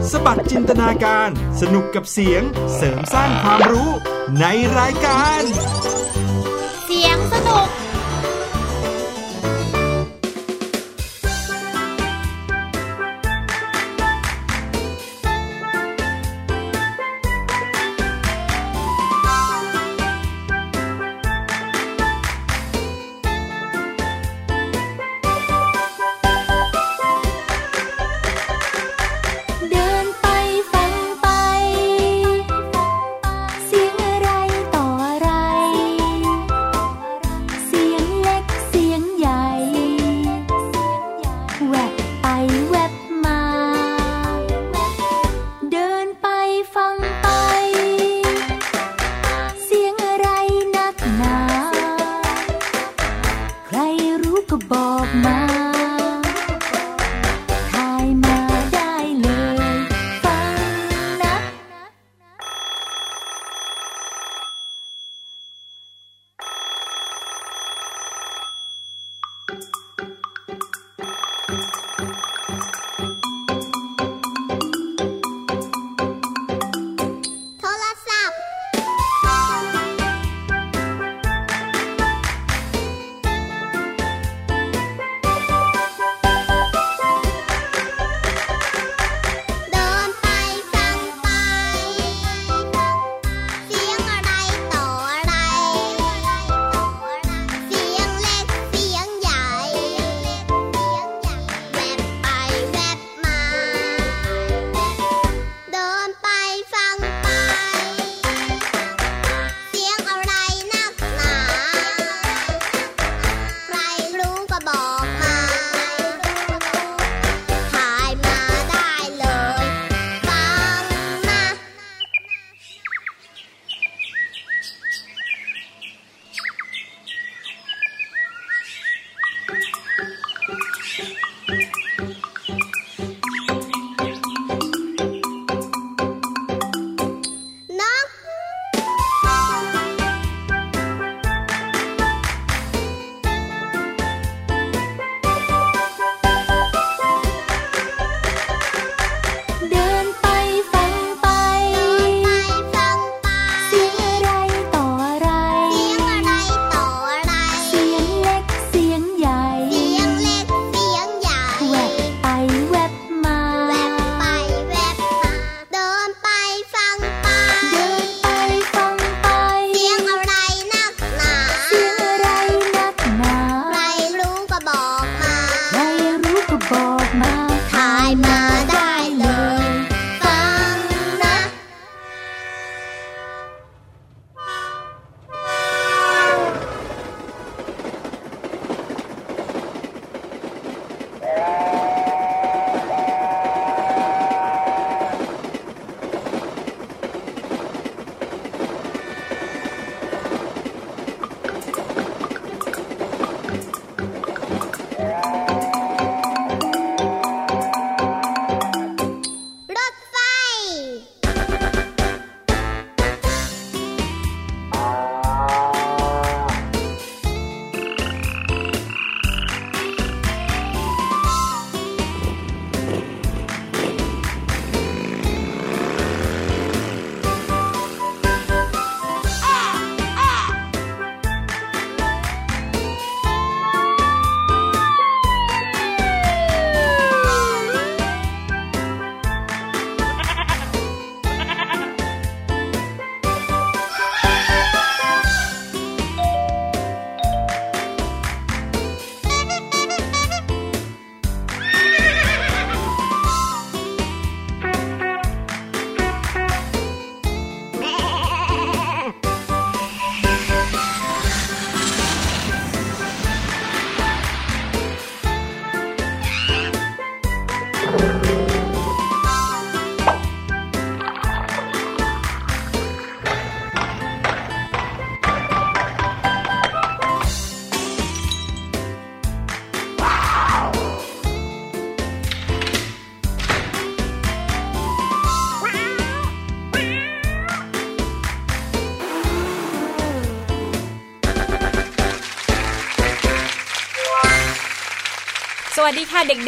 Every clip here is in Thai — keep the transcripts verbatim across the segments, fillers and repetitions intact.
สบัดจินตนาการสนุกกับเสียงเสริมสร้างความรู้ในรายการเสียงสนุกสวัสดีค่ะเด็ก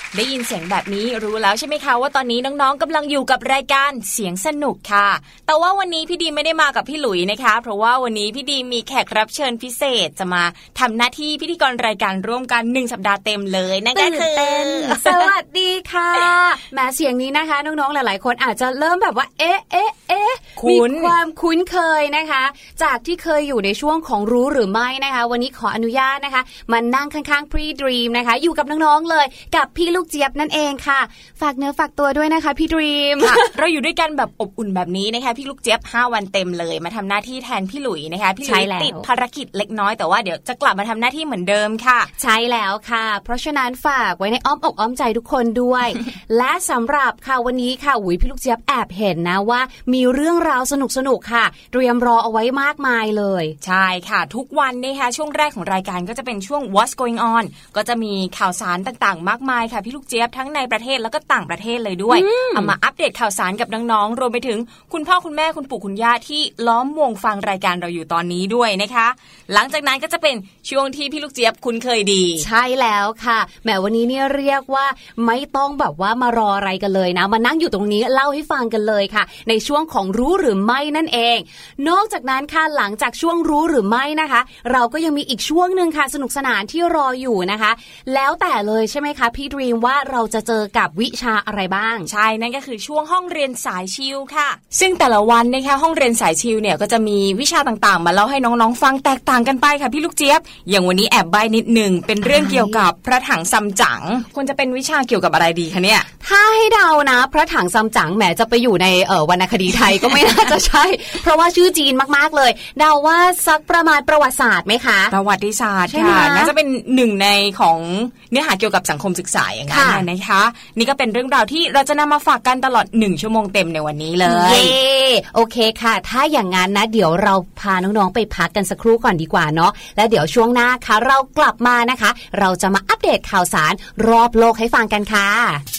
ได้ยินเสียงแบบนี้รู้แล้วใช่ไหมคะว่าตอนนี้น้องๆกำลังอยู่กับรายการเสียงสนุกค่ะแต่ว่าวันนี้พี่ดีไม่ได้มากับพี่หลุยนะคะเพราะว่าวันนี้พี่ดีมีแขกรับเชิญพิเศษจะมาทำหน้าที่พิธีกรรายการร่วมกันหนึ่งสัปดาห์เต็มเลยนั่นก็คือสวัสดีค่ะแม้เสียงนี้นะคะน้องๆหลายๆคนอาจจะเริ่มแบบว่าเอ๊ะเอ๊ะเอ๊ะมีความคุ้นเคยนะคะจากที่เคยอยู่ในช่วงของรู้หรือไม่นะคะวันนี้ขออนุญาตนะคะมานั่งข้างๆ Pre Dream นะคะอยู่กับน้องๆเลยกับพี่ลูกเจี๊ยบนั่นเองค่ะฝากเนื้อฝากตัวด้วยนะคะพี่ดรีมค่ะเราอยู่ด้วยกันแบบอบอุ่นแบบนี้นะคะพี่ลูกเจี๊ยบห้าวันเต็มเลยมาทำหน้าที่แทนพี่หลุยนะคะพี่หลุยติดภารกิจเล็กน้อยแต่ว่าเดี๋ยวจะกลับมาทำหน้าที่เหมือนเดิมค่ะใช่แล้วค่ะเพราะฉะนั้นฝากไว้ในอ้อมอกอ้อมใจทุกคนด้วย และสำหรับค่ะวันนี้ค่ะอุ๋ยพี่ลูกเจี๊ยบแอบเห็นนะว่ามีเรื่องราวสนุกๆค่ะเตรียมรอเอาไว้มากมายเลยใช่ค่ะทุกวันนะคะช่วงแรกของรายการก็จะเป็นช่วง What's Going On ก็จะมีข่าวสารต่างๆมากมายค่ะพี่ลูกเจี๊ยบทั้งในประเทศแล้วก็ต่างประเทศเลยด้วยเอามาอัปเดตข่าวสารกับน้องๆรวมไปถึงคุณพ่อคุณแม่คุณปู่คุณย่าที่ล้อมวงฟังรายการเราอยู่ตอนนี้ด้วยนะคะหลังจากนั้นก็จะเป็นช่วงที่พี่ลูกเจี๊ยบคุ้นเคยดีใช่แล้วค่ะแม้วันนี้เนี่ยเรียกว่าไม่ต้องแบบว่ามารออะไรกันเลยนะมานั่งอยู่ตรงนี้เล่าให้ฟังกันเลยค่ะในช่วงของรู้หรือไม่นั่นเองนอกจากนั้นค่ะหลังจากช่วงรู้หรือไม่นะคะเราก็ยังมีอีกช่วงนึงค่ะสนุกสนานที่รออยู่นะคะแล้วแต่เลยใช่ไหมคะพี่ดรีมว่าเราจะเจอกับวิชาอะไรบ้างใช่นั่นก็คือช่วงห้องเรียนสายชิลค่ะซึ่งแต่ละวันนะคะห้องเรียนสายชิลเนี่ยก็จะมีวิชาต่างๆมาเล่าให้น้องๆฟังแตกต่างกันไปค่ะพี่ลูกเจี๊ยบอย่างวันนี้แอบใบ้นิดนึงเป็นเรื่องเกี่ยวกับพระถังซัมจั๋งควรจะเป็นวิชาเกี่ยวกับอะไรดีคะเนี่ยถ้าให้เดานะพระถังซัมจั๋งแหมจะไปอยู่ในเอ่อวรรณคดีไทยก็ไม่น่าจะใช่เพราะว่าชื่อจีนมากๆเลยเดาว่าสักประมาณประวัติศาสตร์ไหมคะประวัติศาสตร์ค่ะน่าจะเป็นหนึ่งในของเนื้อหาเกี่ยวกับสังคมศึกษาอย่างนั้นนะคะนี่ก็เป็นเรื่องราวที่เราจะนำมาฝากกันตลอดหนึ่งชั่วโมงเต็มในวันนี้เลยเย้โอเคค่ะถ้าอย่างนั้นนะเดี๋ยวเราพาน้องๆไปพักกันสักครู่ก่อนดีกว่าเนาะแล้วเดี๋ยวช่วงหน้าค่ะเรากลับมานะคะเราจะมาอัปเดตข่าวสารรอบโลกให้ฟังกันค่ะ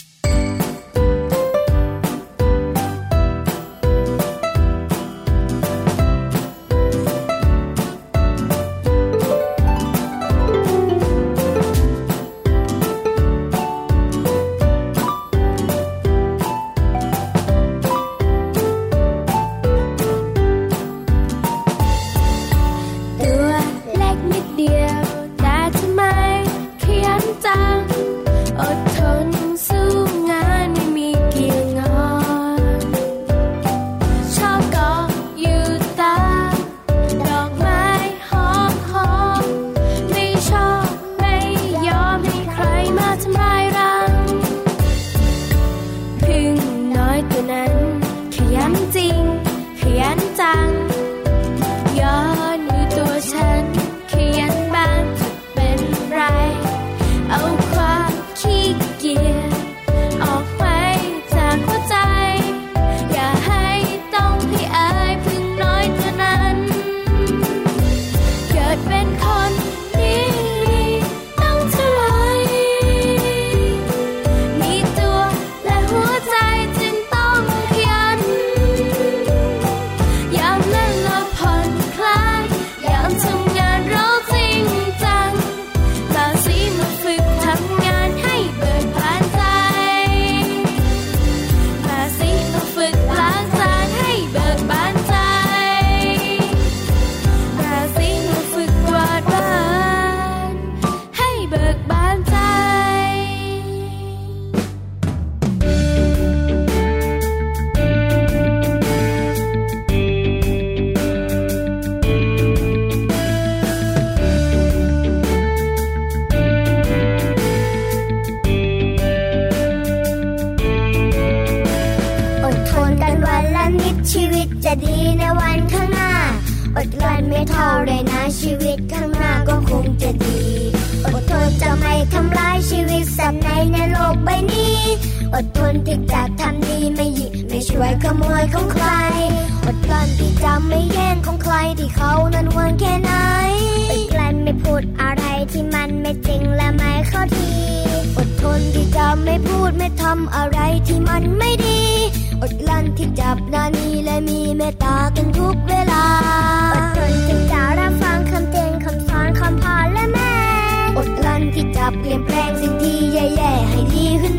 จะดีในวันข้างหน้าอดกลั้นไม่เท่าไรนะชีวิตข้างหน้าก็คงจะดีอดทนจะไม่ทำร้ายชีวิตสัตว์ในในโลกใบนี้อดทนที่จะทำดีไม่หยิบไม่ช่วยขโมยของใครอดกลั้นที่จะไม่แย่งของใครที่เขานั้นหวังแค่ไหนอดกลั้นไม่พูดอะไรที่มันไม่จริงและไม่เข้าทีอดทนที่จะไม่พูดไม่ทำอะไรที่มันไม่ดีอดกลั้นที่จับนานีและมีเมตตากันทุกเวลาอดทนที่จะรับฟังคำเตือนคำสอนคำพาและแม่อดกลั้นที่จะเปลี่ยนแปลงสิ่งที่แย่ๆให้ดีขึ้น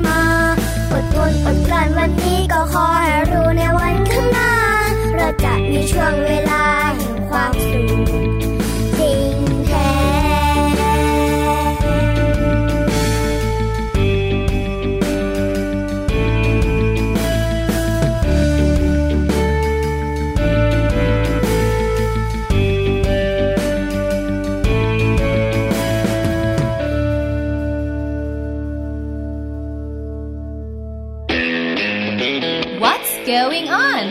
going on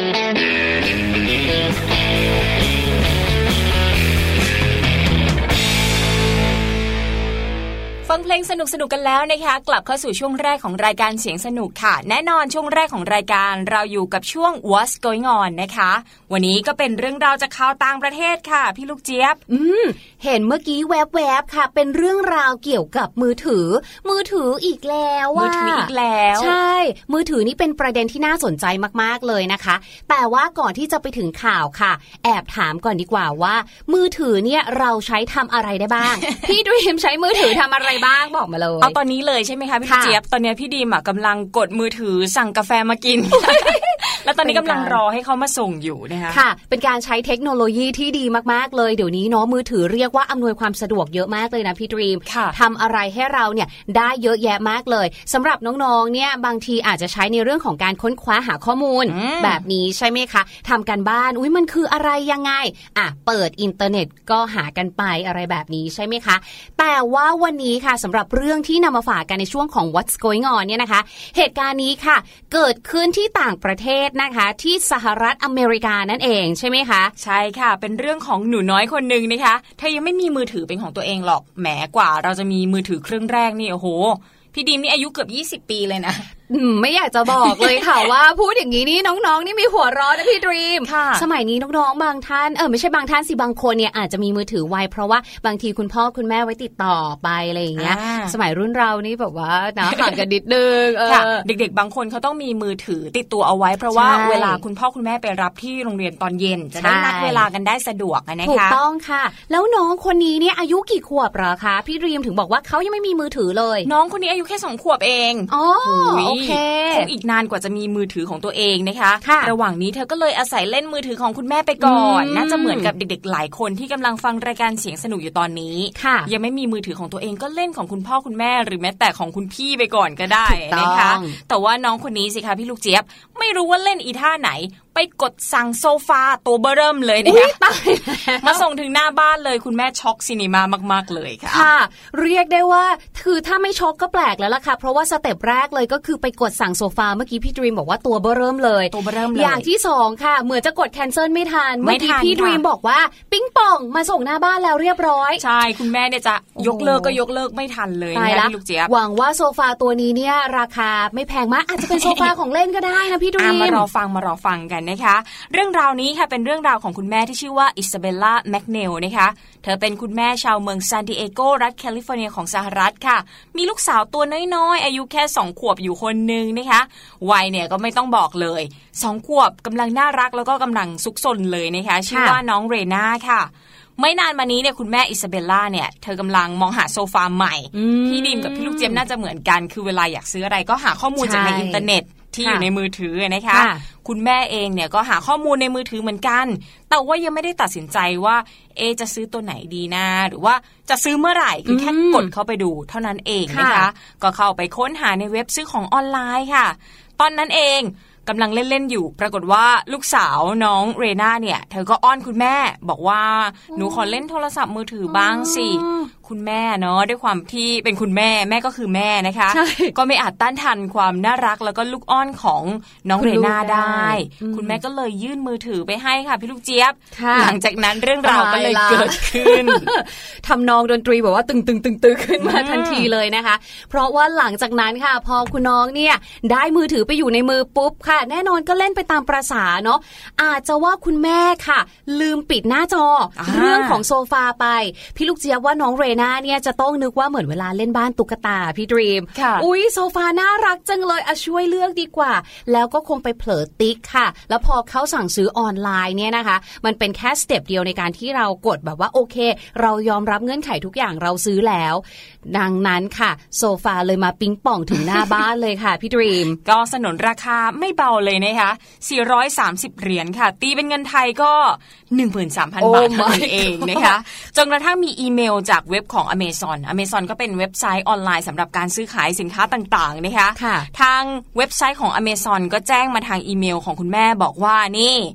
ฟังเพลงสนุกๆกันแล้วนะคะกลับเข้าสู่ช่วงแรกของรายการเสียงสนุกค่ะแน่นอนช่วงแรกของรายการเราอยู่กับช่วง What's Going On นะคะวันนี้ก็เป็นเรื่องราวจากข่าวต่างประเทศค่ะพี่ลูกเจี๊ยบอืมเห็นเมื่อกี้แวบๆค่ะเป็นเรื่องราวเกี่ยวกับมือถือมือถืออีกแล้วมือถืออีกแล้วใช่มือถือนี่เป็นประเด็นที่น่าสนใจมากๆเลยนะคะแต่ว่าก่อนที่จะไปถึงข่าวค่ะแอบถามก่อนดีกว่าว่ามือถือเนี่ยเราใช้ทำอะไรได้บ้าง พี่ดรีมใช้มือถือทำอะไรบ้างบอกมาเลยเอาตอนนี้เลยใช่ไหมคะพี่เจี๊ยบตอนนี้พี่ดีมอ่ะกำลังกดมือถือสั่งกาแฟมากิน แล้วตอนนี้กำลังรอให้เขามาส่งอยู่นะคะค่ะเป็นการใช้เทคโนโลยีที่ดีมากๆเลยเดี๋ยวนี้เนาะมือถือเรียกว่าอำนวยความสะดวกเยอะมากเลยนะพี่ดรีมทำอะไรให้เราเนี่ยได้เยอะแยะมากเลยสำหรับน้องๆเนี่ยบางทีอาจจะใช้ในเรื่องของการค้นคว้าหาข้อมูลแบบนี้ใช่ไหมคะทำกันบ้านอุ๊ยมันคืออะไรยังไงอ่ะเปิดอินเทอร์เน็ตก็หากันไปอะไรแบบนี้ใช่ไหมคะแต่ว่าวันนี้ค่ะสำหรับเรื่องที่นำมาฝากกันในช่วงของ What's Going On เนี่ยนะคะเหตุการณ์นี้ค่ะเกิดขึ้นที่ต่างประเทศนะคะที่สหรัฐอเมริกานั่นเองใช่ไหมคะใช่ค่ะเป็นเรื่องของหนูน้อยคนนึงนะคะเธอยังไม่มีมือถือเป็นของตัวเองหรอกแหมกว่าเราจะมีมือถือเครื่องแรกนี่โอ้โหพี่ดีมนี่อายุเกือบยี่สิบปีเลยนะไม่อยากจะบอกเลยค่ะ ว่าพูดอย่างนี้นี่น้องๆนี่มีหัวร้อนนะพี่ดรีมสมัยนี้น้องๆบางท่านเออไม่ใช่บางท่านสิบางคนเนี่ยอาจจะมีมือถือไวเพราะว่าบางทีคุณพ่อคุณแม่ไว้ติดต่อไปอะไรอย่างเงี้ยสมัยรุ่นเรานี่แบบว่านะห่างกันนิดนึงค่ะเด็กๆบางคนเขาต้องมีมือถือติดตัวเอาไว้เพราะว่าเวลาคุณพ่อคุณแม่ไปรับที่โรงเรียนตอนเย็นจะได้นัดเวลากันได้สะดวกนะคะถูกต้องค่ะแล้วน้องคนนี้เนี่ยอายุกี่ขวบเหรอคะพี่ดรีมถึงบอกว่าเขายังไม่มีมือถือเลยน้องคนนี้อายุแค่สองขวบเองอ๋อโอเคคงอีกนานกว่าจะมีมือถือของตัวเองนะคะระหว่างนี้เธอก็เลยอาศัยเล่นมือถือของคุณแม่ไปก่อนน่าจะเหมือนกับเด็กๆหลายคนที่กำลังฟังรายการเสียงสนุกอยู่ตอนนี้ยังไม่มีมือถือของตัวเองก็เล่นของคุณพ่อคุณแม่หรือแม้แต่ของคุณพี่ไปก่อนก็ได้นะคะแต่ว่าน้องคนนี้สิคะพี่ลูกเจี๊ยบไม่รู้ว่าเล่นอีท่าไหนไปกดสั่งโซฟาตัวเบ้อเริ่มเลยนะคะมาส่งถึงหน้าบ้านเลยคุณแม่ช็อกซินิมามากๆเลยค่ะค่ะเรียกได้ว่าคือถ้าไม่ช็อกก็แปลกแล้วล่ะค่ะเพราะว่าสเต็ปแรกเลยก็คือไปกดสั่งโซฟาเมื่อกี้พี่ดรีมบอกว่าตัวเบ้อเริ่มเลยตัวเบ้อเริ่มเลยอย่างที่สองค่ะเหมือนจะกดแคนเซิลไม่ทันเมื่อกี้พี่ดรีมบอกว่าปิ๊งป่องมาส่งหน้าบ้านแล้วเรียบร้อยใช่คุณแม่เนี่ยจะยกเลิกก็ยกเลิกไม่ทันเลยนะพี่ลูกเจี๊ยบหวังว่าโซฟาตัวนี้เนี่ยราคาไม่แพงมากอาจจะเป็นโซฟาของเล่นก็ได้นะพี่ดรีมมารอฟังมารอฟังกันนะคะเรื่องราวนี้ค่ะเป็นเรื่องราวของคุณแม่ที่ชื่อว่าอิซาเบลล่าแมคเนลนะคะเธอเป็นคุณแม่ชาวเมืองซานดิเอโกรัฐแคลิฟอร์เนียของสหรัฐค่ะมีลูกสาวตัวน้อยๆอายุแค่สองขวบอยู่คนนึงนะคะวัยเนี่ยก็ไม่ต้องบอกเลยสองขวบกำลังน่ารักแล้วก็กำลังซุกซนเลยนะคะชื่อว่าน้องเรน่าค่ะไม่นานมานี้เนี่ยคุณแม่อิซาเบลล่าเนี่ยเธอกำลังมองหาโซฟาใหม่พี่ดิมกับพี่ลูกเจี๊ยบน่าจะเหมือนกันคือเวลาอยากซื้ออะไรก็หาข้อมูลจากในอินเทอร์เน็ตที่อยู่ในมือถือนะคะคุณแม่เองเนี่ยก็หาข้อมูลในมือถือเหมือนกันแต่ว่ายังไม่ได้ตัดสินใจว่าเอจะซื้อตัวไหนดีนะหรือว่าจะซื้อเมื่อไหร่คือแค่กดเข้าไปดูเท่านั้นเองนะคะก็เข้าไปค้นหาในเว็บซื้อของออนไลน์ค่ะตอนนั้นเองกำลังเล่นๆอยู่ปรากฏว่าลูกสาวน้องเรน่าเนี่ยเธอก็อ้อนคุณแม่บอกว่าหนูขอเล่นโทรศัพท์มือถือบ้างสิคุณแม่เนาะด้วยความที่เป็นคุณแม่แม่ก็คือแม่นะคะก็ไม่อาจต้านทานความน่ารักแล้วก็ลูกอ้อนของน้องเรน่าได้คุณแม่ก็เลยยื่นมือถือไปให้ค่ะพี่ลูกเจี๊ยบหลังจากนั้นเรื่องราวก็เลยเกิดขึ้นทำนองดนตรีแบบว่าตึงตึงตึงตึงขึ้นมาทันทีเลยนะคะเพราะว่าหลังจากนั้นค่ะพอคุณน้องเนี่ยได้มือถือไปอยู่ในมือปุ๊บค่ะแน่นอนก็เล่นไปตามประสาเนาะอาจจะว่าคุณแม่ค่ะลืมปิดหน้าจอเรื่องของโซฟาไปพี่ลูกเจี๊ยบว่าน้องเรน่าเนี่ยจะต้องนึกว่าเหมือนเวลาเล่นบ้านตุ๊กตาพี่ดรีมอุ๊ยโซฟาน่ารักจังเลยอ่ะช่วยเลือกดีกว่าแล้วก็คงไปเผลอติ๊กค่ะแล้วพอเขาสั่งซื้อออนไลน์เนี่ยนะคะมันเป็นแค่สเต็ปเดียวในการที่เรากดแบบว่าโอเคเรายอมรับเงื่อนไขทุกอย่างเราซื้อแล้วดังนั้นค่ะโซฟาเลยมาปิ๊งป่องถึงหน้าบ้านเลยค่ะพี่ดรีมก็สนนราคาไม่เบาเลยนะคะสี่ร้อยสามสิบเหรียญค่ะตีเป็นเงินไทยก็ หนึ่งหมื่นสามพัน บาทนั่นเองนะคะจนกระทั่งมีอีเมลจากเว็บของ Amazon Amazon ก็เป็นเว็บไซต์ออนไลน์สำหรับการซื้อขายสินค้าต่างๆนะคะทางเว็บไซต์ของ Amazon ก็แจ้งมาทางอีเมลของคุณแม่บอกว่านี่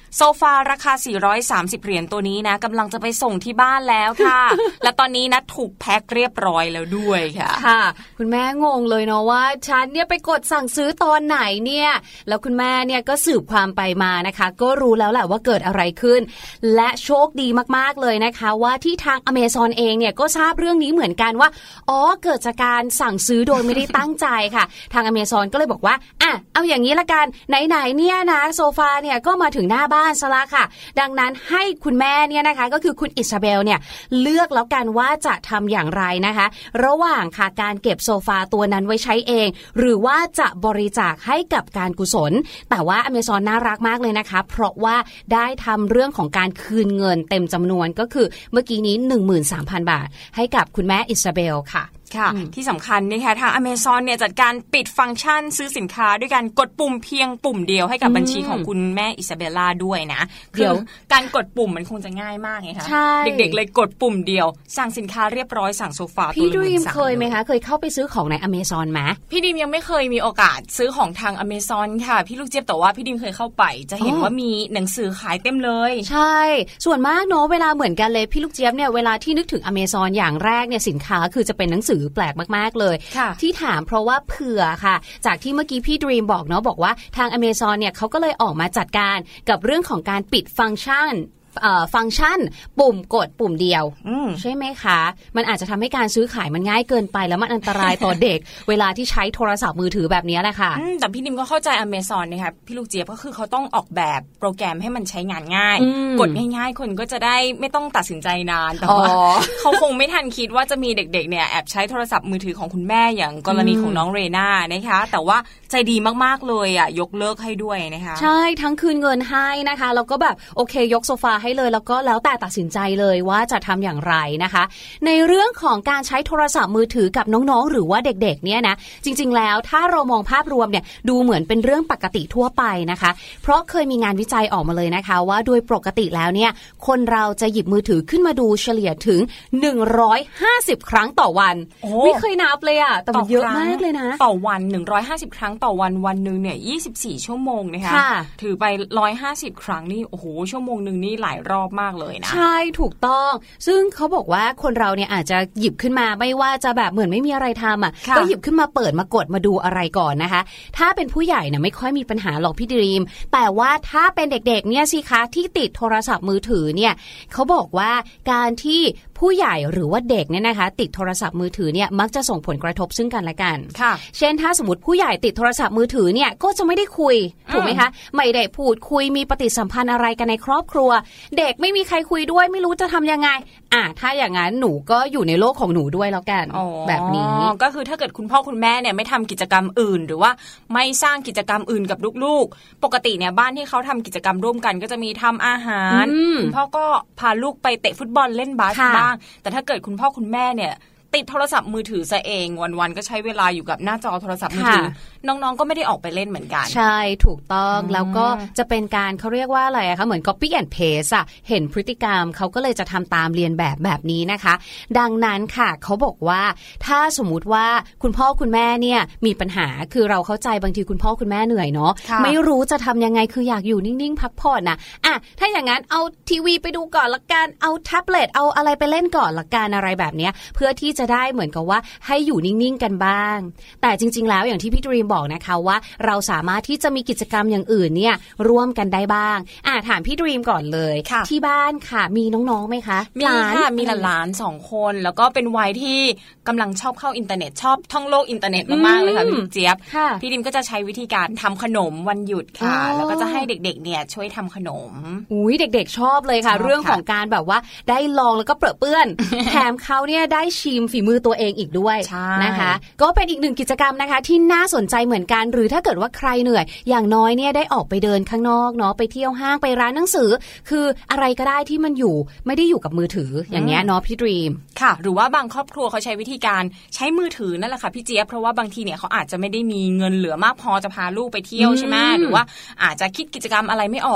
โซฟาราคาสี่ร้อยสามสิบเหรียญตัวนี้นะกำลังจะไปส่งที่บ้านแล้วค่ะ และตอนนี้นะถูกแพ็คเรียบร้อยแล้วด้วยค่ะค่ะคุณแม่งงเลยเนาะว่าฉันเนี่ยไปกดสั่งซื้อตอนไหนเนี่ยแล้วคุณแม่เนี่ยก็สืบความไปมานะคะก็รู้แล้วแหละว่าเกิดอะไรขึ้นและโชคดีมากๆเลยนะคะว่าที่ทาง Amazon เองเนี่ยก็ทราบเรื่องนี้เหมือนกันว่าอ๋อเกิดจากการสั่งซื้อโดยไม่ได้ตั้งใจค่ะทาง Amazon ก็เลยบอกว่าอ่ะเอาอย่างนี้ละกันไหนๆเนี่ยนะโซฟาเนี่ยก็มาถึงหน้าบ้านซะละค่ะดังนั้นให้คุณแม่เนี่ยนะคะก็คือคุณอิซาเบลเนี่ยเลือกแล้วกันว่าจะทำอย่างไรนะคะระหว่างค่ะการเก็บโซฟาตัวนั้นไว้ใช้เองหรือว่าจะบริจาคให้กับการกุศลแต่ว่า Amazon น่ารักมากเลยนะคะเพราะว่าได้ทำเรื่องของการคืนเงินเต็มจำนวนก็คือเมื่อกี้นี้ หนึ่งหมื่นสามพัน บาทให้กับคุณแม่อิซาเบลค่ะค่ะที่สำคัญนะคะทาง Amazon เนี่ยจัดการปิดฟังก์ชันซื้อสินค้าด้วยการกดปุ่มเพียงปุ่มเดียวให้กับบัญชีของคุณแม่อิซาเบลล่าด้วยนะเดี๋ยวการกดปุ่มมันคงจะง่ายมากไงคะเด็กๆเลยกดปุ่มเดียวสั่งสินค้าเรียบร้อยสั่งโซฟาตัวละหมื่นสามพี่ดีมเคยไหมคะเคยเข้าไปซื้อของใน Amazon ไหมพี่ดีมยังไม่เคยมีโอกาสซื้อของทาง Amazon ค่ะพี่ลูกเจี๊ยบแต่ว่าพี่ดีมเคยเข้าไปจะเห็นว่ามีหนังสือขายเต็มเลยใช่ส่วนมากเนาะเวลาเหมือนกันเลยพี่ลูกเจี๊ยบเนี่ยเวลาที่นึกถึง Amazon อย่างแรกเนี่ยสินค้าคือจะเป็นหนังสือแปลกมากๆเลยที่ถามเพราะว่าเผื่อค่ะจากที่เมื่อกี้พี่ดรีมบอกเนาะบอกว่าทาง Amazon เนี่ยเขาก็เลยออกมาจัดการกับเรื่องของการปิดฟังก์ชันฟังก์ชันปุ่มกดปุ่มเดียวใช่ไหมคะมันอาจจะทำให้การซื้อขายมันง่ายเกินไปแล้วมันอันตรายต่อเด็ก เวลาที่ใช้โทรศัพท์มือถือแบบนี้แหละค่ะแต่พี่ดิมก็เข้าใจ Amazon นะคะพี่ลูกเจี๊ยบก็คือเขาต้องออกแบบโปรแกรมให้มันใช้งานง่ายกดง่ายๆคนก็จะได้ไม่ต้องตัดสินใจนานแต่ว่าเขาคงไม่ทันคิดว่าจะมีเด็กๆเนี่ยแอบใช้โทรศัพท์มือถือของคุณแม่อย่างกรณีของน้องเรน่านะคะแต่ว่าใจดีมากๆเลยอ่ะยกเลิกให้ด้วยนะคะใช่ทั้งคืนเงินให้นะคะแล้วก็แบบโอเคยกโซฟาให้เลยแล้วก็แล้วแต่ตัดสินใจเลยว่าจะทำอย่างไรนะคะในเรื่องของการใช้โทรศัพท์มือถือกับน้องๆหรือว่าเด็กๆเนี่ยนะจริงๆแล้วถ้าเรามองภาพรวมเนี่ยดูเหมือนเป็นเรื่องปกติทั่วไปนะคะเพราะเคยมีงานวิจัยออกมาเลยนะคะว่าโดยปกติแล้วเนี่ยคนเราจะหยิบมือถือขึ้นมาดูเฉลี่ยถึงหนึ่งร้อยห้าสิบครั้งต่อวันไม่เคยนับเลยอ่ะแต่มันเยอะมากเลยนะต่อวันหนึ่งร้อยห้าสิบครั้งต่อวันวันนึงเนี่ยยี่สิบสี่ชั่วโมงนะคะถือไปหนึ่งร้อยห้าสิบครั้งนี่โอ้โหชั่วโมงนึงนี่หลายรอบมากเลยนะใช่ถูกต้องซึ่งเขาบอกว่าคนเราเนี่ยอาจจะหยิบขึ้นมาไม่ว่าจะแบบเหมือนไม่มีอะไรทำอ่ะก็หยิบขึ้นมาเปิดมากดมาดูอะไรก่อนนะคะถ้าเป็นผู้ใหญ่เนี่ยไม่ค่อยมีปัญหาหรอกพี่ดรีมแต่ว่าถ้าเป็นเด็กๆเนี่ยสิคะที่ติดโทรศัพท์มือถือเนี่ยเขาบอกว่าการที่ผู้ใหญ่หรือว่าเด็กเนี่ยนะคะติดโทรศัพท์มือถือเนี่ยมักจะส่งผลกระทบซึ่งกันและกันค่ะเช่นถ้าสมมติผู้ใหญ่ติดโทรศัพท์มือถือเนี่ยก็จะไม่ได้คุยถูกไหมคะไม่ได้พูดคุยมีปฏิสัมพันธ์อะไรกันในครอบครัวเด็กไม่มีใครคุยด้วยไม่รู้จะทำยังไงอ่ะถ้าอย่างนั้นหนูก็อยู่ในโลกของหนูด้วยแล้วกันแบบนี้ก็คือถ้าเกิดคุณพ่อคุณแม่เนี่ยไม่ทำกิจกรรมอื่นหรือว่าไม่สร้างกิจกรรมอื่นกับลูกๆปกติเนี่ยบ้านที่เขาทำกิจกรรมร่วมกันก็จะมีทำอาหารคุณพ่อก็พาลูกไปเตะฟุตบอลเล่นบาสบ้างแต่ถ้าเกิดคุณพ่อคุณแม่เนี่ยติดโทรศัพท์มือถือซะเองวันๆก็ใช้เวลาอยู่กับหน้าจอโทรศัพท์มือถือน้องๆก็ไม่ได้ออกไปเล่นเหมือนกันใช่ถูกต้องแล้วก็จะเป็นการเขาเรียกว่าอะไรคะเหมือน copy and paste อ่ะเห็นพฤติกรรมเขาก็เลยจะทำตามเรียนแบบแบบนี้นะคะดังนั้นค่ะเขาบอกว่าถ้าสมมุติว่าคุณพ่อคุณแม่เนี่ยมีปัญหาคือเราเข้าใจบางทีคุณพ่อคุณแม่เหนื่อยเนาะไม่รู้จะทำยังไงคืออยากอยู่นิ่งๆพักผ่อนนะอ่ะถ้าอย่างนั้นเอาทีวีไปดูก่อนละกันเอาแท็บเล็ตเอาอะไรไปเล่นก่อนละกันอะไรแบบนี้เพื่อที่จะได้เหมือนกับว่าให้อยู่นิ่งๆกันบ้างแต่จริงๆแล้วอย่างที่พี่ดรีมบอกนะคะว่าเราสามารถที่จะมีกิจกรรมอย่างอื่นเนี่ยร่วมกันได้บ้างอ่ะถามพี่ดรีมก่อนเลยที่บ้านค่ะมีน้องๆไหมคะมีค่ะมีหลานๆสองคนแล้วก็เป็นวัยที่กำลังชอบเข้าอินเทอร์เน็ตชอบท่องโลกอินเทอร์เน็ตมากๆเลยค่ะพี่เจี๊ยบพี่ดรีมก็จะใช้วิธีการทำขนมวันหยุดค่ะแล้วก็จะให้เด็กๆเนี่ยช่วยทำขนมอุ้ยเด็กๆชอบเลยค่ะเรื่องของการแบบว่าได้ลองแล้วก็เปรอะเปื้อนแถมเขาเนี่ยได้ชิมฝีมือตัวเองอีกด้วยนะคะก็เป็นอีกหนึ่งกิจกรรมนะคะที่น่าสนใจเหมือนกันหรือถ้าเกิดว่าใครเหนื่อยอย่างน้อยเนี่ยได้ออกไปเดินข้างนอกเนาะไปเที่ยวห้างไปร้านหนังสือคืออะไรก็ได้ที่มันอยู่ไม่ได้อยู่กับมือถืออย่างเงี้ยเนาะพี่ดรีมค่ะหรือว่าบางครอบครัวเขาใช้วิธีการใช้มือถือนั่นแหละค่ะพี่เจี๊ยบเพราะว่าบางทีเนี่ยเขาอาจจะไม่ได้มีเงินเหลือมากพอจะพาลูกไปเที่ยวใช่ไหมหรือว่าอาจจะคิดกิจกรรมอะไรไม่ออก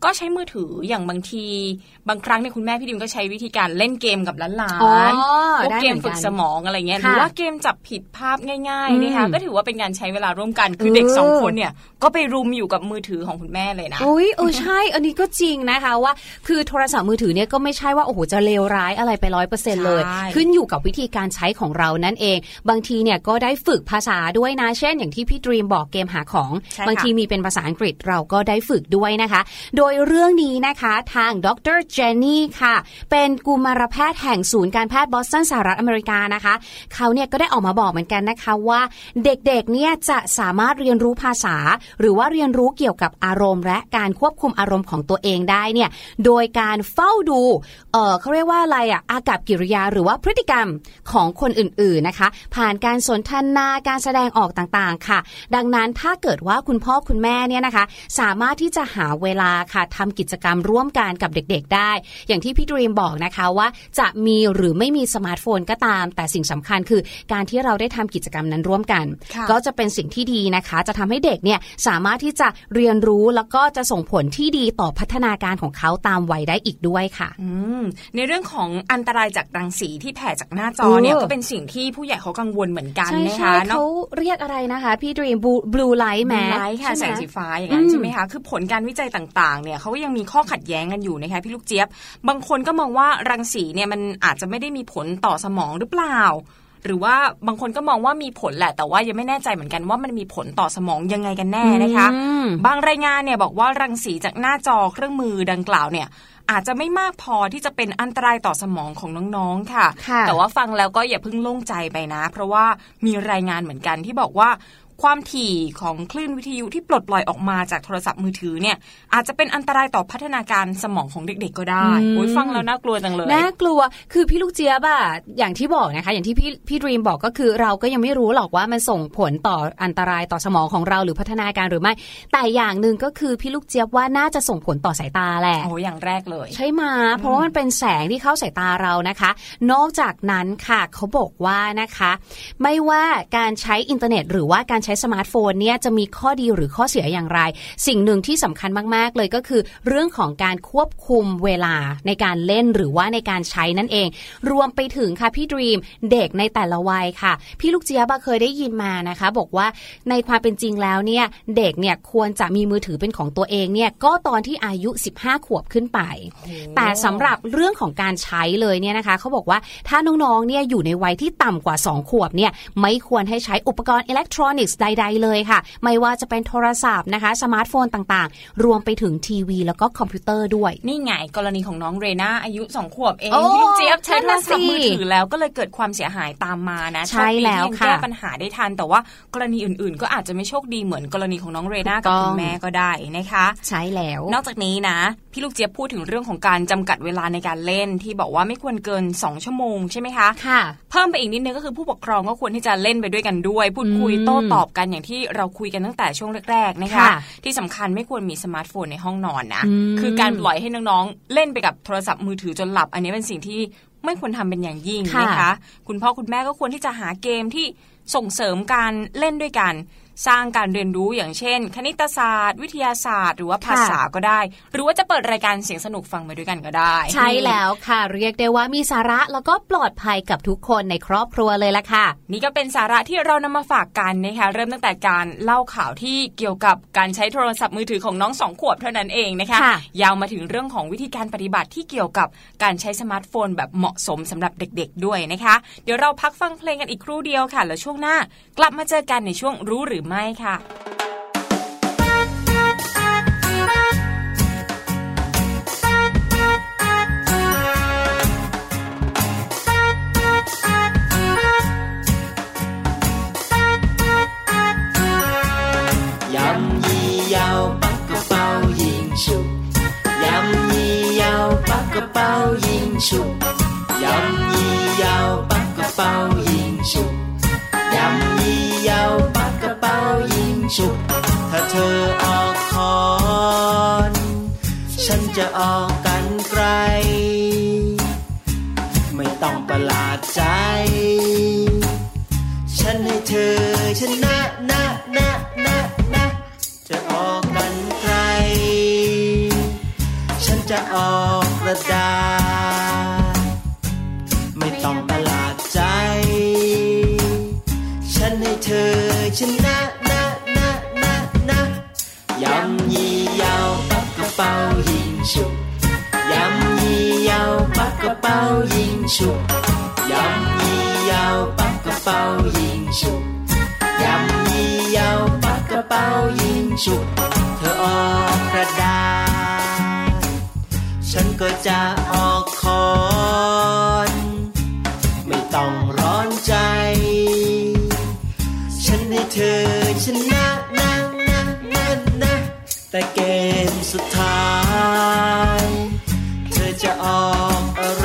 ก็ใช้มือถืออย่างบางทีบางครั้งเนี่ยคุณแม่พี่ดิมก็ใช้วิธีการเล่นเกมกับหลานๆพวกเกมฝึกสมองอะไรเงี้ยหรือว่าเกมจับผิดภาพง่ายๆนะคะก็ถือว่าเป็นการใช้เวลาร่วมกันคือเด็กสองคนเนี่ยก็ไปรุมอยู่กับมือถือของคุณแม่เลยนะอุ้ยเออใช่อันนี้ก็จริงนะคะว่าคือโทรศัพท์มือถือเนี่ยก็ไม่ใช่ว่าโอ้โหจะเลวร้ายอะไรไป ร้อยเปอร์เซ็นต์ เลยขึ้นอยู่กับวิธีการใช้ของเรานั่นเองบางทีเนี่ยก็ได้ฝึกภาษาด้วยนะเช่นอย่างที่พี่ดรีมบอกเกมหาของบางทีมีเป็นภาษาอังกฤษเราก็ได้ฝึกด้วยนะคะโดยเรื่องนี้นะคะทางดรเจนนี่ค่ะเป็นกุมารแพทย์แห่งศูนย์การแพทย์บอสตันสหรัฐอเมริกานะคะเขาเนี่ยก็ได้ออกมาบอกเหมือนกันนะคะว่าเด็กๆเนี่ยจะสามารถเรียนรู้ภาษาหรือว่าเรียนรู้เกี่ยวกับอารมณ์และการควบคุมอารมณ์ของตัวเองได้เนี่ยโดยการเฝ้าดูเอ่อเขาเรียกว่าอะไรอ่ะอากัปกิริยาหรือว่าพฤติกรรมของคนอื่นๆนะคะผ่านการสนทนาการแสดงออกต่างๆค่ะดังนั้นถ้าเกิดว่าคุณพ่อคุณแม่เนี่ยนะคะสามารถที่จะหาเวลาค่ะทำกิจกรรมร่วมกันกับเด็กๆได้อย่างที่พี่ดรีมบอกนะคะว่าจะมีหรือไม่มีสมาร์ทโฟนก็ตามแต่สิ่งสำคัญคือการที่เราได้ทำกิจกรรมนั้นร่วมกันก็จะเป็นสิ่งที่ดีนะคะจะทำให้เด็กเนี่ยสามารถที่จะเรียนรู้แล้วก็จะส่งผลที่ดีต่อพัฒนาการของเขาตามวัยได้อีกด้วยค่ะในเรื่องของอันตรายจากรังสีที่แผ่จากหน้าจอเนี่ยก็เป็นสิ่งที่ผู้ใหญ่เขากังวลเหมือนกันนะคะเขาเรียกอะไรนะคะพี่ดรีมบลูไลท์แมสค่ะแสงสีฟ้าอย่างนั้นใช่ไหมคะคือผลการวิจัยต่างๆเนี่ยเขาก็ยังมีข้อขัดแย้งกันอยู่นะคะพี่ลูกเจี๊ยบบางคนก็มองว่ารังสีเนี่ยมันอาจจะไม่ได้มีผลต่อสมองหรือเปล่าหรือว่าบางคนก็มองว่ามีผลแหละแต่ว่ายังไม่แน่ใจเหมือนกันว่ามันมีผลต่อสมองยังไงกันแน่นะคะบางรายงานเนี่ยบอกว่ารังสีจากหน้าจอเครื่องมือดังกล่าวเนี่ยอาจจะไม่มากพอที่จะเป็นอันตรายต่อสมองของน้องๆค่ะแต่ว่าฟังแล้วก็อย่าเพิ่งโล่งใจไปนะเพราะว่ามีรายงานเหมือนกันที่บอกว่าความถี่ของคลื่นวิทยุที่ปลดปล่อยออกมาจากโทรศัพท์มือถือเนี่ยอาจจะเป็นอันตรายต่อพัฒนาการสมองของเด็กๆก็ได้โอ้ยฟังแล้วน่ากลัวจังเลยน่ากลัวคือพี่ลูกเจี๊ยบอะอย่างที่บอกนะคะอย่างที่พี่พี่ดรีมบอกก็คือเราก็ยังไม่รู้หรอกว่ามันส่งผลต่ออันตรายต่อสมองของเราหรือพัฒนาการหรือไม่แต่อย่างนึงก็คือพี่ลูกเจี๊ยบว่าน่าจะส่งผลต่อสายตาแหละโอ้อย่างแรกเลยใช่มั้ยเพราะว่ามันเป็นแสงที่เข้าสายตาเรานะคะนอกจากนั้นค่ะเขาบอกว่านะคะไม่ว่าการใช้อินเทอร์เน็ตหรือว่าการใช้สมาร์ทโฟนเนี่ยจะมีข้อดีหรือข้อเสียอย่างไรสิ่งหนึ่งที่สำคัญมากๆเลยก็คือเรื่องของการควบคุมเวลาในการเล่นหรือว่าในการใช้นั่นเองรวมไปถึงค่ะพี่ดรีมเด็กในแต่ละวัยค่ะพี่ลูกเจี๊ยบเคยได้ยินมานะคะบอกว่าในความเป็นจริงแล้วเนี่ยเด็กเนี่ยควรจะมีมือถือเป็นของตัวเองเนี่ยก็ตอนที่อายุสิบห้าขวบขึ้นไปแต่สำหรับเรื่องของการใช้เลยเนี่ยนะคะเขาบอกว่าถ้าน้องๆเนี่ยอยู่ในวัยที่ต่ำกว่าสองขวบเนี่ยไม่ควรให้ใช้อุปกรณ์อิเล็กทรอนิกส์ใดๆเลยค่ะไม่ว่าจะเป็นโทรศัพท์นะคะสมาร์ทโฟนต่างๆรวมไปถึงทีวีแล้วก็คอมพิวเตอร์ด้วยนี่ไงกรณีของน้องเรน่าอายุสองขวบเองพี่ลูกเจี๊ยบใช้โทรศัพท์มือถือแล้วก็เลยเกิดความเสียหายตามมานะใช่แล้วค่ะแก้ปัญหาได้ทันแต่ว่ากรณีอื่นๆก็อาจจะไม่โชคดีเหมือนกรณีของน้องเรน่ากับคุณแม่ก็ได้นะคะใช่แล้วนอกจากนี้นะพี่ลูกเจี๊ยบพูดถึงเรื่องของการจำกัดเวลาในการเล่นที่บอกว่าไม่ควรเกินสองชั่วโมงใช่ไหมคะค่ะเพิ่มไปอีกนิดนึงก็คือผู้ปกครองก็ควรที่จะเล่นไปด้วยกันด้วยพูดคุยโต้ตอบกันอย่างที่เราคุยกันตั้งแต่ช่วงแรกๆนะคะที่สำคัญไม่ควรมีสมาร์ทโฟนในห้องนอนนะคือการปล่อยให้น้องๆเล่นไปกับโทรศัพท์มือถือจนหลับอันนี้เป็นสิ่งที่ไม่ควรทำเป็นอย่างยิ่งนะคะคุณพ่อคุณแม่ก็ควรที่จะหาเกมที่ส่งเสริมการเล่นด้วยกันสร้างการเรียนรู้อย่างเช่นคณิตศาสตร์วิทยาศาสตร์หรือว่าภาษาก็ได้หรือว่าจะเปิดรายการเสียงสนุกฟังไปด้วยกันก็ได้ใช่แล้วค่ะเรียกได้ว่ามีสาระแล้วก็ปลอดภัยกับทุกคนในครอบครัวเลยล่ะค่ะนี่ก็เป็นสาระที่เรานำมาฝากกันนะคะเริ่มตั้งแต่การเล่าข่าวที่เกี่ยวกับการใช้โทรศัพท์มือถือของน้องสองขวบเท่านั้นเองนะคะยาวมาถึงเรื่องของวิธีการปฏิบัติที่เกี่ยวกับการใช้สมาร์ทโฟนแบบเหมาะสมสำหรับเด็กๆด้วยนะคะเดี๋ยวเราพักฟังเพลงกันอีกครู่เดียวค่ะแล้วช่วงหน้ากลับมาเจอกันในช่วงรู้หรือไม่ค่ะชุบยำยี่ยาวปักกระเป๋ายิงชุบยำยี่ยาวปักกระเป๋ายิงชุบถ้าเธอออกคอนฉันจะออกกันไกลไม่ต้องประหลาดใจฉันให้เธอชนะนะนะนะนะจะออกกันไกลจะออกกระดาษไม่ต้องประหลาดใจฉันให้เธอชนะนะนะนะนะยำยี่ยาวปักกระเป๋ายิงฉุบยำยี่ยาวปักกระเป๋ายิงฉุบยำยี่ยาวปักกระเป๋ายิงฉุบยำยี่ยาวปักกระเป๋ายิงฉุบเธอออกกระดาษฉันก็จะออกคอนไม่ต้องร้อนใจฉันให้เธอชนะนะนะนะนะแต่เกมสุดท้ายเธอจะออกอะไร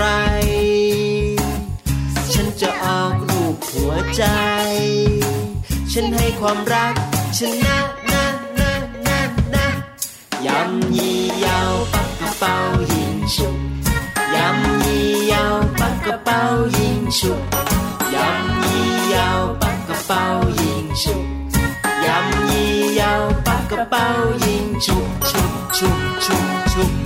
ฉันจะออกรูปหัวใจฉันให้ความรักชนะนะนะนะนะยำยี่ยาวปักกระเป๋ายิงฉุบยำยี่ยาวปักกระเป๋ายิงฉุบยำยี่ยาวปักกระเป๋ายิงฉุบยำยี่ยาวปักกระเป๋ายิงฉุบฉุบฉุบฉุบฉุบ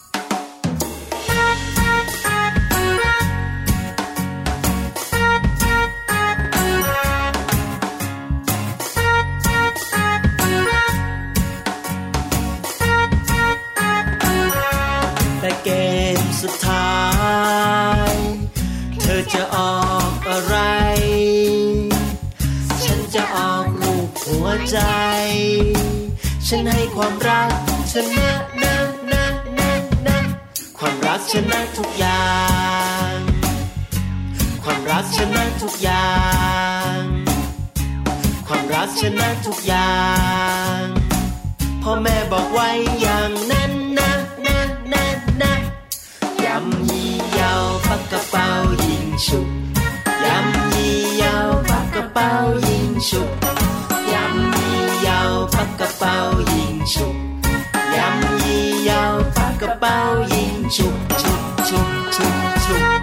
แต่เกมสุดท้ายเธอจะออกอะไรฉันจะออกรูปหัวใจฉันให้ความรักชนะนะนะนะนะความรักชนะทุกอย่างความรักชนะทุกอย่างความรักชนะทุกอย่างพ่อแม่บอกไว้อย่างนั้นนะนะนะนะยำยี่ยาวปักกระเป๋ายิงฉุบยำยี่ยาวปักกระเป๋ายิงฉุบยำยี่ยาวปักกระเป๋ายิงฉุบยำยี่ยาวปักกระเป๋ายิงฉุบฉุบฉุบฉุบฉุบ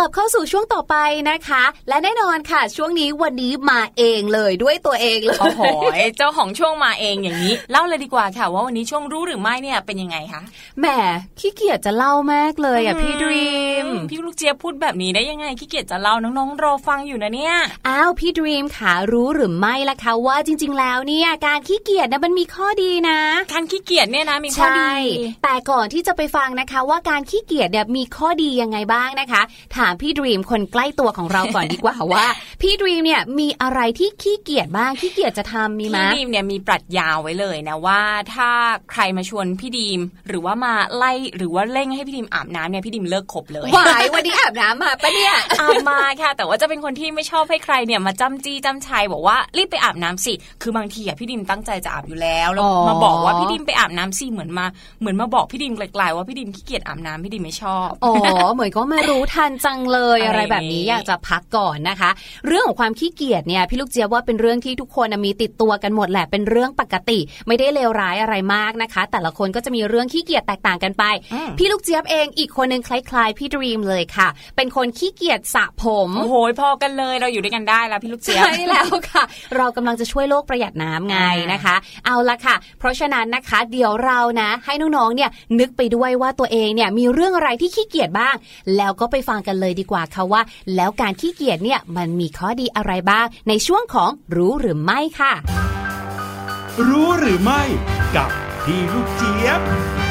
บเข้าสู่ช่วงต่อไปนะคะและแน่นอนค่ะช่วงนี้วันนี้มาเองเลยด้วยตัวเองเลยโอ้โหเจ้าของช่วงมาเองอย่างนี้เล่าเลยดีกว่าค่ะว่าวันนี้ช่วงรู้หรือไม่เนี่ยเป็นยังไงคะแหมขี้เกียจจะเล่ามากเลยอ่ะพี่ดรีมพี่ลูกเจี๊ยบพูดแบบนี้ได้ยังไงขี้เกียจจะเล่าน้องๆรอฟังอยู่นะเนี่ยอ้าวพี่ดรีมค่ะรู้หรือไม่ล่ะคะว่าจริงๆแล้วเนี่ยการขี้เกียจนะมันมีข้อดีนะการขี้เกียจเนี่ยนะมีข้อดีแต่ก่อนที่จะไปฟังนะคะว่าการขี้เกียจเนี่ยมีข้อดียังไงบ้างนะคะถามพี่ดรีมคนใกล้ตัวของเราก่อนดีกว่าว่าพี่ดรีมเนี่ยมีอะไรที่ขี้เกียจบ้างขี้เกียจจะทำมีไหมพี่ดรีมเนี่ยมีปรัชญาไว้เลยนะว่าถ้าใครมาชวนพี่ดรีมหรือว่ามาไล่หรือว่าเร่งให้พี่ดรีมอาบน้ำเนี่ยพี่ดรีมเลิกคบเลยวายวันนี้อาบน้ำมาปะเนี่ยอาบมาค่ะแต่ว่าจะเป็นคนที่ไม่ชอบให้ใครเนี่ยมาจ้ำจี้จ้ำชัยบอกว่ารีบไปอาบน้ำสิคือบางทีอ่ะพี่ดรีมตั้งใจจะอาบอยู่แล้วแล้วมาบอกว่าพี่ดรีมไปอาบน้ำสิเหมือนมาเหมือนมาบอกพี่ดรีมไกลๆว่าพี่ดรีมขี้เกียจอาบน้ำพี่ดรีมไม่ชอบอ๋อเหมือนก็มารู้ทันจังเลยอะไรแบบนี้อยากจะพักก่อนนะคะเรื่องของความขี้เกียจเนี่ยพี่ลูกเจี๊ยบว่าเป็นเรื่องที่ทุกคนมีติดตัวกันหมดแหละเป็นเรื่องปกติไม่ได้เลวร้ายอะไรมากนะคะแต่ละคนก็จะมีเรื่องขี้เกียจแตกต่างกันไปพี่ลูกเจี๊ยบเองอีกคนนึงคล้ายๆพี่ดรีมเลยค่ะเป็นคนขี้เกียจสระผมโอ้โหพอกันเลยเราอยู่ด้วยกันได้แล้วพี่ลูกเจี๊ยบใช่แล้วค่ะเรากำลังจะช่วยโลกประหยัดน้ำไงนะคะเอาละค่ะเพราะฉะนั้นนะคะเดี๋ยวเรานะให้น้องๆเนี่ยนึกไปด้วยว่าตัวเองเนี่ยมีเรื่องอะไรที่ขี้เกียจบ้างแล้วก็ไปฟังกันเลยดีกว่าค่ะว่าแล้วการขี้เกียจเนี่ยมันมีข้อดีอะไรบ้างในช่วงของรู้หรือไม่ค่ะรู้หรือไม่กับพี่ลูกเจี๊ยบ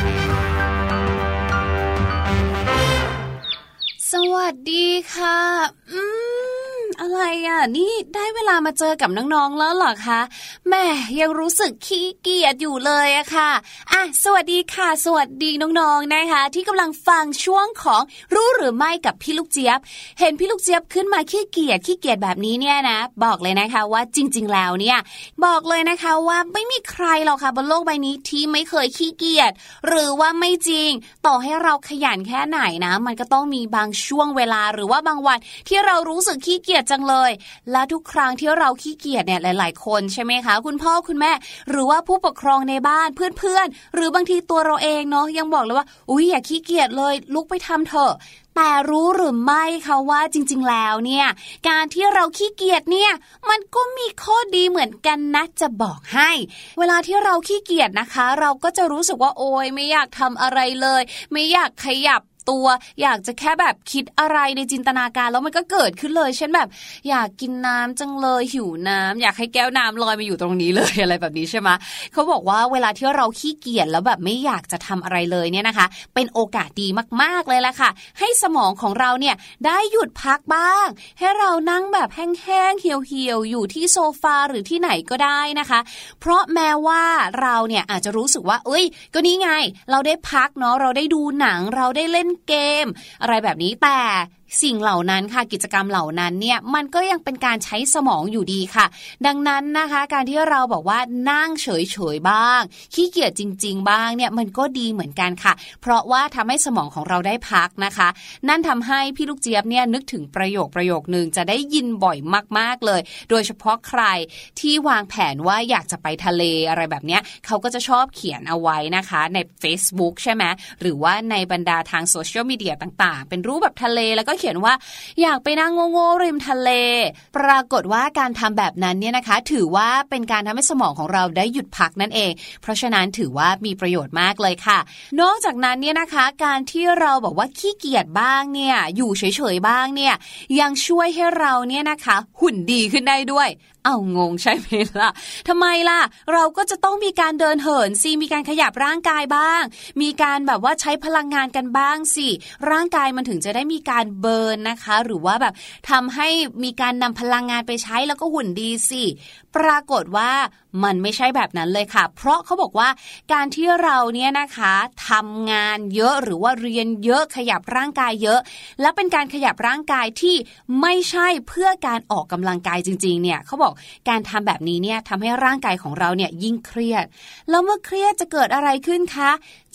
สวัสดีค่ะอืมอะไรอ่ะนี่ได้เวลามาเจอกับน้องๆแล้วเหรอคะแม่ยังรู้สึกขี้เกียจอยู่เลยอะค่ะอ่ะสวัสดีค่ะสวัสดีน้องๆนะคะที่กำลังฟังช่วงของรู้หรือไม่กับพี่ลูกเจี๊ยบเห็นพี่ลูกเจี๊ยบขึ้นมาขี้เกียจขี้เกียจแบบนี้เนี่ยนะบอกเลยนะคะว่าจริงๆแล้วเนี่ยบอกเลยนะคะว่าไม่มีใครหรอกค่ะบนโลกใบนี้ที่ไม่เคยขี้เกียจหรือว่าไม่จริงต่อให้เราขยันแค่ไหนนะมันก็ต้องมีบางช่วงเวลาหรือว่าบางวันที่เรารู้สึกขี้เกียจจังเลยและทุกครั้งที่เราขี้เกียจเนี่ยหลายๆคนใช่ไหมคะคุณพ่อคุณแม่หรือว่าผู้ปกครองในบ้านเพื่อนๆหรือบางทีตัวเราเองเนาะยังบอกเลยว่าอุ๊ยอย่าขี้เกียจเลยลุกไปทำเถอะแต่รู้หรือไม่คะว่าจริงๆแล้วเนี่ยการที่เราขี้เกียจเนี่ยมันก็มีข้อดีเหมือนกันนะจะบอกให้เวลาที่เราขี้เกียจนะคะเราก็จะรู้สึกว่าโอ๊ยไม่อยากทำอะไรเลยไม่อยากขยับตัวอยากจะแค่แบบคิดอะไรในจินตนาการแล้วมันก็เกิดขึ้นเลยเช่นแบบอยากกินน้ำจังเลยหิวน้ำอยากให้แก้วน้ำลอยมาอยู่ตรงนี้เลยอะไรแบบนี้ใช่ไหมเขาบอกว่าเวลาที่เราขี้เกียจแล้วแบบไม่อยากจะทำอะไรเลยเนี่ยนะคะเป็นโอกาสดีมากๆเลยล่ะค่ะให้สมองของเราเนี่ยได้หยุดพักบ้างให้เรานั่งแบบแห้งๆเหี่ยวๆอยู่ที่โซฟาหรือที่ไหนก็ได้นะคะเพราะแม้ว่าเราเนี่ยอาจจะรู้สึกว่าเอ้ยก็นี่ไงเราได้พักเนาะเราได้ดูหนังเราได้เล่นเกมอะไรแบบนี้แต่สิ่งเหล่านั้นค่ะกิจกรรมเหล่านั้นเนี่ยมันก็ยังเป็นการใช้สมองอยู่ดีค่ะดังนั้นนะคะการที่เราบอกว่านั่งเฉยๆบ้างขี้เกียจจริงๆบ้างเนี่ยมันก็ดีเหมือนกันค่ะเพราะว่าทำให้สมองของเราได้พักนะคะนั่นทำให้พี่ลูกเจี๊ยบเนี่ยนึกถึงประโยคประโยคนึงจะได้ยินบ่อยมากๆเลยโดยเฉพาะใครที่วางแผนว่าอยากจะไปทะเลอะไรแบบเนี้ยเขาก็จะชอบเขียนเอาไว้นะคะใน Facebook ใช่ไหมหรือว่าในบรรดาทางโซเชียลมีเดียต่างๆเป็นรูปแบบทะเลแล้วก็เขียนว่าอยากไปนั่งโง่ๆริมทะเลปรากฏว่าการทำแบบนั้นเนี่ยนะคะถือว่าเป็นการทำให้สมองของเราได้หยุดพักนั่นเองเพราะฉะนั้นถือว่ามีประโยชน์มากเลยค่ะนอกจากนั้นเนี่ยนะคะการที่เราบอกว่าขี้เกียจบ้างเนี่ยอยู่เฉยๆบ้างเนี่ยยังช่วยให้เราเนี่ยนะคะหุ่นดีขึ้นได้ด้วยเอางงใช่ไหมล่ะทำไมล่ะเราก็จะต้องมีการเดินเหินสิมีการขยับร่างกายบ้างมีการแบบว่าใช้พลังงานกันบ้างสิร่างกายมันถึงจะได้มีการเบิร์นนะคะหรือว่าแบบทำให้มีการนำพลังงานไปใช้แล้วก็หุ่นดีสิปรากฏว่ามันไม่ใช่แบบนั้นเลยค่ะเพราะเขาบอกว่าการที่เราเนี่ยนะคะทำงานเยอะหรือว่าเรียนเยอะขยับร่างกายเยอะและเป็นการขยับร่างกายที่ไม่ใช่เพื่อการออกกำลังกายจริงๆเนี่ยเขาบอกการทำแบบนี้เนี่ยทำให้ร่างกายของเราเนี่ยยิ่งเครียดแล้วเมื่อเครียดจะเกิดอะไรขึ้นคะ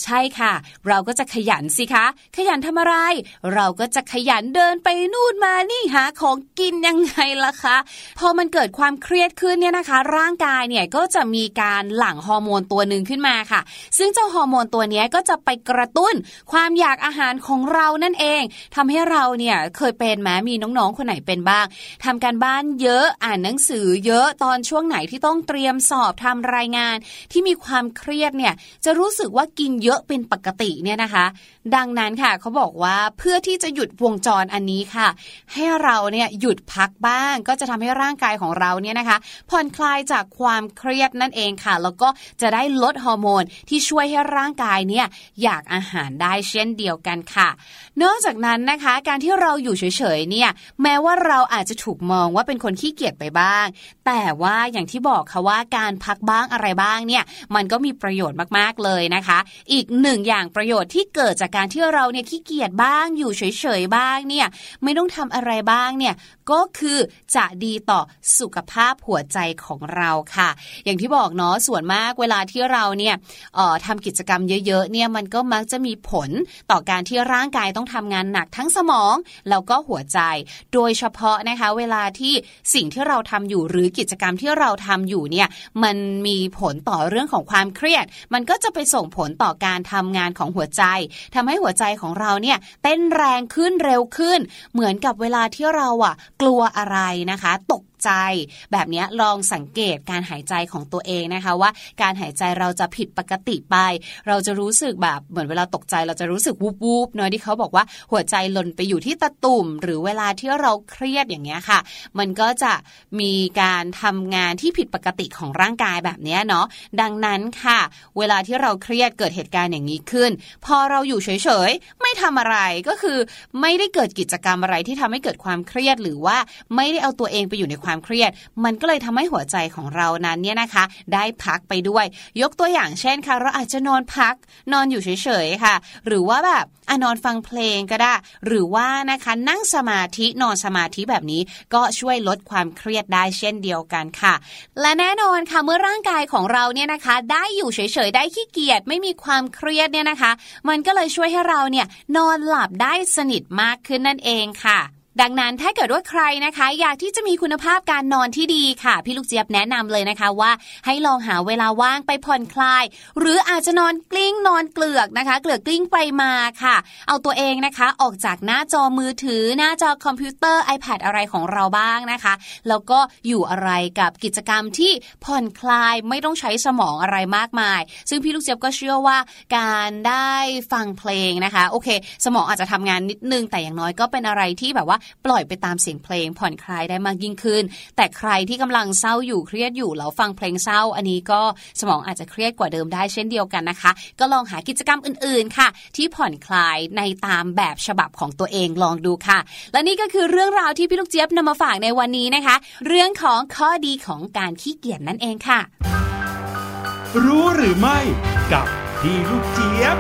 ใช่ค่ะเราก็จะขยันสิคะขยันทำอะไรเราก็จะขยันเดินไปนู่นมานี่หาของกินยังไงล่ะคะพอมันเกิดความเครียดขึ้นเนี่ยนะคะร่างกายเนี่ยก็จะมีการหลั่งฮอร์โมนตัวนึงขึ้นมาค่ะซึ่งเจ้าฮอร์โมนตัวนี้ก็จะไปกระตุ้นความอยากอาหารของเรานั่นเองทำให้เราเนี่ยเคยเป็นแม้มีน้องๆคนไหนเป็นบ้างทำการบ้านเยอะอ่านหนังสือเยอะตอนช่วงไหนที่ต้องเตรียมสอบทำรายงานที่มีความเครียดเนี่ยจะรู้สึกว่ากินเยอะเป็นปกติเนี่ยนะคะดังนั้นค่ะเขาบอกว่าเพื่อที่จะหยุดวงจรอันนี้ค่ะให้เราเนี่ยหยุดพักบ้างก็จะทำให้ร่างกายของเราเนี่ยนะคะผ่อนคลายจากความเครียดนั่นเองค่ะแล้วก็จะได้ลดฮอร์โมนที่ช่วยให้ร่างกายเนี่ยอยากอาหารได้เช่นเดียวกันค่ะนอกจากนั้นนะคะการที่เราอยู่เฉยๆเนี่ยแม้ว่าเราอาจจะถูกมองว่าเป็นคนขี้เกียจไปบ้างแต่ว่าอย่างที่บอกค่ะว่าการพักบ้างอะไรบ้างเนี่ยมันก็มีประโยชน์มากๆเลยนะคะอีกหนึ่งอย่างประโยชน์ที่เกิดจากการที่เราเนี่ยขี้เกียจบ้างอยู่เฉยๆบ้างเนี่ยไม่ต้องทำอะไรบ้างเนี่ยก็คือจะดีต่อสุขภาพหัวใจของเราค่ะอย่างที่บอกเนาะส่วนมากเวลาที่เราเนี่ยเอ่อทำกิจกรรมเยอะๆเนี่ยมันก็มักจะมีผลต่อการที่ร่างกายต้องทำงานหนักทั้งสมองแล้วก็หัวใจโดยเฉพาะนะคะเวลาที่สิ่งที่เราทำอยู่หรือกิจกรรมที่เราทำอยู่เนี่ยมันมีผลต่อเรื่องของความเครียดมันก็จะไปส่งผลต่อการทำงานของหัวใจทำให้หัวใจของเราเนี่ยเต้นแรงขึ้นเร็วขึ้นเหมือนกับเวลาที่เราอ่ะกลัวอะไรนะคะตกใจแบบนี้ลองสังเกตการหายใจของตัวเองนะคะว่าการหายใจเราจะผิดปกติไปเราจะรู้สึกแบบเหมือนเวลาตกใจเราจะรู้สึกวูบๆเนาะที่เขาบอกว่าหัวใจหล่นไปอยู่ที่ตะตุ่มหรือเวลาที่เราเครียดอย่างเงี้ยค่ะมันก็จะมีการทำงานที่ผิดปกติของร่างกายแบบนี้เนาะดังนั้นค่ะเวลาที่เราเครียดเกิดเหตุการณ์อย่างนี้ขึ้นพอเราอยู่เฉยๆไม่ทำอะไรก็คือไม่ได้เกิดกิจกรรมอะไรที่ทำให้เกิดความเครียดหรือว่าไม่ได้เอาตัวเองไปอยู่ในความเครียดมันก็เลยทำให้หัวใจของเรานั้นเนี่ยนะคะได้พักไปด้วยยกตัวอย่างเช่นค่ะเราอาจจะนอนพักนอนอยู่เฉยๆค่ะหรือว่าแบบอ่ะนอนฟังเพลงก็ได้หรือว่านะคะนั่งสมาธินอนสมาธิแบบนี้ก็ช่วยลดความเครียดได้เช่นเดียวกันค่ะและแน่นอนค่ะเมื่อร่างกายของเราเนี่ยนะคะได้อยู่เฉยๆได้ขี้เกียจไม่มีความเครียดเนี่ยนะคะมันก็เลยช่วยให้เราเนี่ยนอนหลับได้สนิทมากขึ้นนั่นเองค่ะดังนั้นถ้าเกิดว่าใครนะคะอยากที่จะมีคุณภาพการนอนที่ดีค่ะพี่ลูกเจี๊ยบแนะนำเลยนะคะว่าให้ลองหาเวลาว่างไปผ่อนคลายหรืออาจจะนอนกลิ้งนอนเกลือกนะคะเกลือกกลิ้งไปมาค่ะเอาตัวเองนะคะออกจากหน้าจอมือถือหน้าจอคอมพิวเตอร์ iPad อะไรของเราบ้างนะคะแล้วก็อยู่อะไรกับกิจกรรมที่ผ่อนคลายไม่ต้องใช้สมองอะไรมากมายซึ่งพี่ลูกเจี๊ยบก็เชื่อว่าการได้ฟังเพลงนะคะโอเคสมองอาจจะทำงานนิดนึงแต่อย่างน้อยก็เป็นอะไรที่แบบว่าปล่อยไปตามเสียงเพลงผ่อนคลายได้มากยิ่งขึ้นแต่ใครที่กำลังเศร้าอยู่เครียดอยู่แล้วฟังเพลงเศร้าอันนี้ก็สมองอาจจะเครียดกว่าเดิมได้เช่นเดียวกันนะคะก็ลองหากิจกรรมอื่นๆค่ะที่ผ่อนคลายในตามแบบฉบับของตัวเองลองดูค่ะและนี่ก็คือเรื่องราวที่พี่ลูกเจี๊ยบนำมาฝากในวันนี้นะคะเรื่องของข้อดีของการขี้เกียจนั่นเองค่ะรู้หรือไม่กับพี่ลูกเจี๊ยบ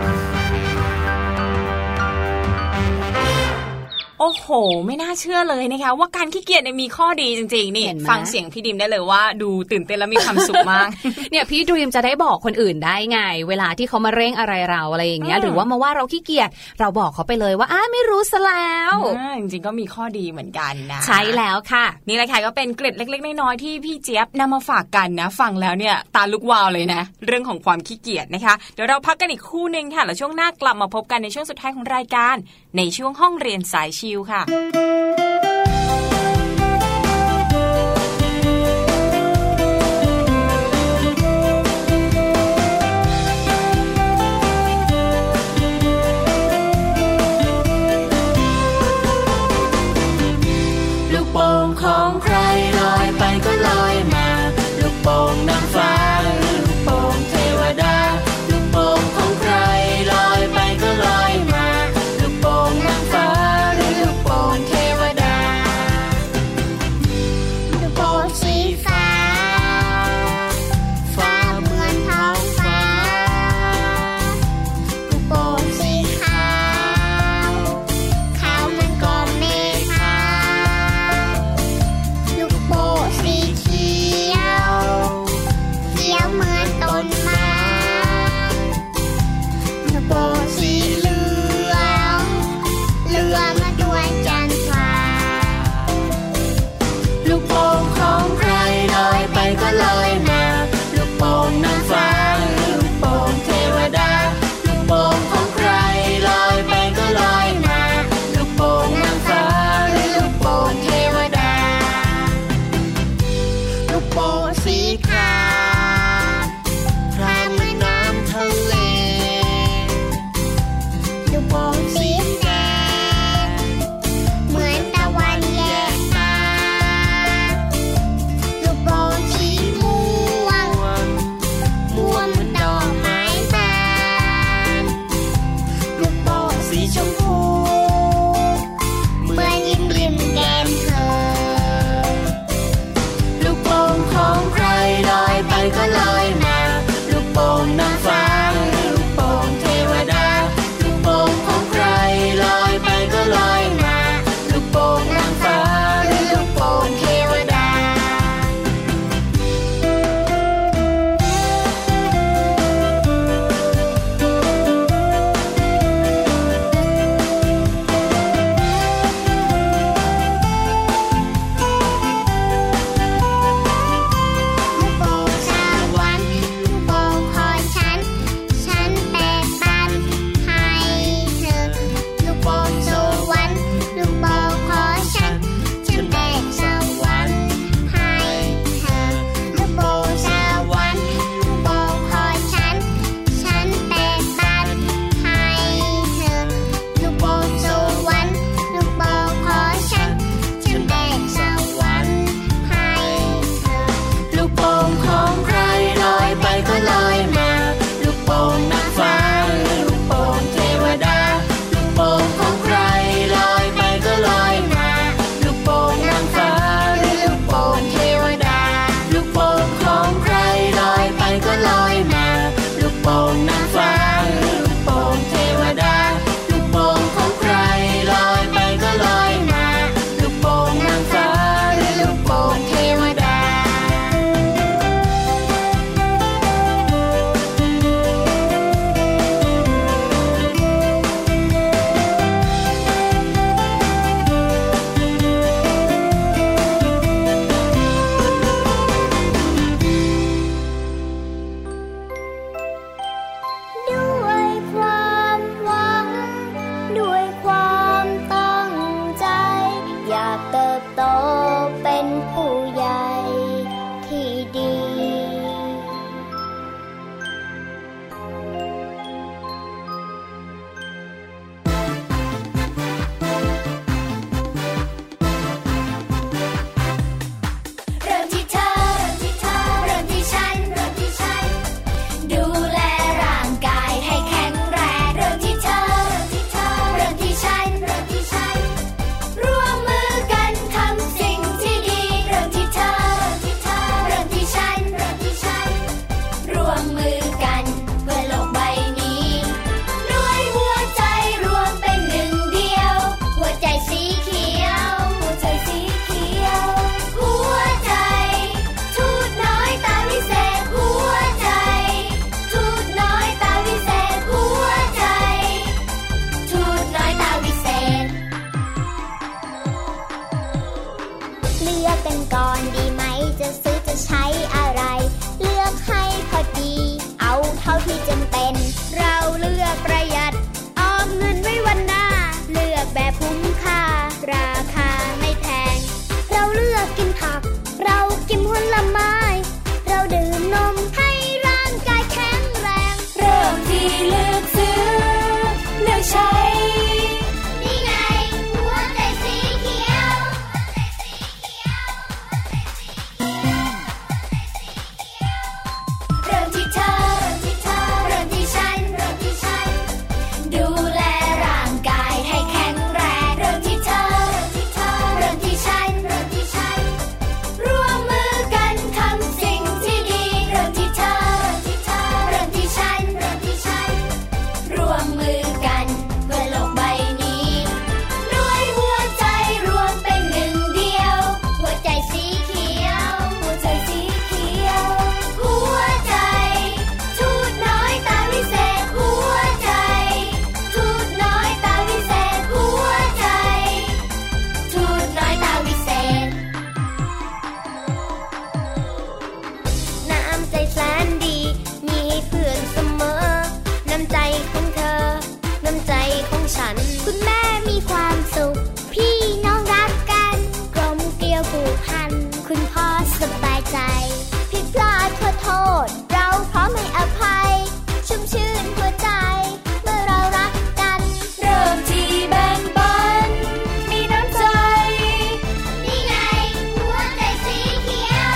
โอ้โหไม่น่าเชื่อเลยนะคะว่าการขี้เกียจเนี่ยมีข้อดีจริงๆนี่ฟังเสียงพี่ดิมได้เลยว่าดูตื่นเต้นและมีความสุขมากเนี่ยพี่ดิมจะได้บอกคนอื่นได้ไงเวลาที่เขามาเร่งอะไรเราอะไรอย่างเงี้ยหรือว่ามาว่าเราขี้เกียจเราบอกเขาไปเลยว่าอ้าไม่รู้ซะแล้วจริงๆก็มีข้อดีเหมือนกันนะใช่แล้วค่ะนี่แหละค่ะก็เป็นเกร็ดเล็กๆน้อยๆที่พี่เจี๊ยบนำมาฝากกันนะฟังแล้วเนี่ยตาลุกวาวเลยนะเรื่องของความขี้เกียจนะคะเดี๋ยวเราพักกันอีกคู่นึงค่ะแล้วช่วงหน้ากลับมาพบกันในช่วงสุดท้ายของรายการในช่วงห้องเรียนสายชิลค่ะลูกโป่งของใครลอยไปก็ลอยมาลูกโป่งนางฟ้าหรือลูกโป่งเทวดาลูกโป่งของใครลอยไปก็ลอยมาลูกโป่งนางฟ้าหรือลูกโป่งเทวความสุขพี่น้องรักกันกลมเกลียวผูกพันคุณพ่อสบายใจผิดพลาดขอโทษเราพร้อมให้อภัยชุ่มชื่นหัวใจเมื่อเรารักกันเริ่มที่แบ่งปันมีน้ำใจนี่ไงหัวใจสีเขียว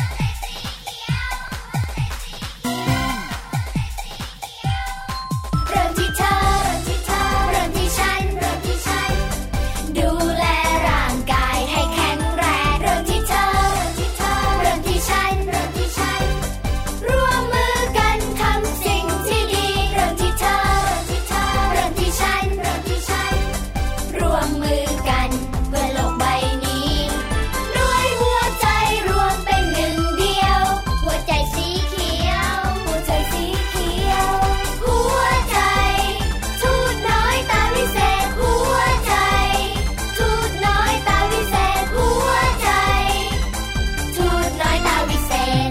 เริ่มที่เธอเริ่มที่เธอเริ่มที่ฉันเริ่มที่ฉันดูแลร่างกายให้แข็งแรงเริ่มที่เธอเริ่มที่เธอเริ่มที่ฉันเริ่มที่ฉันร่วมมือกันทำสิ่งที่ดีเริ่มที่เธอเริ่มที่เธอเริ่มที่ฉันเริ่มที่ฉันร่วมมือกันเพื่อโลกใบนี้ด้วยหัวใจรวมเป็นหนึ่งเดียวหัวใจสีเขียวหัวใจสีเขียวหัวใจทูตน้อยตาวิเศษหัวใจทูตน้อยตาวิเศษหัวใจทูตน้อยตาวิเศษ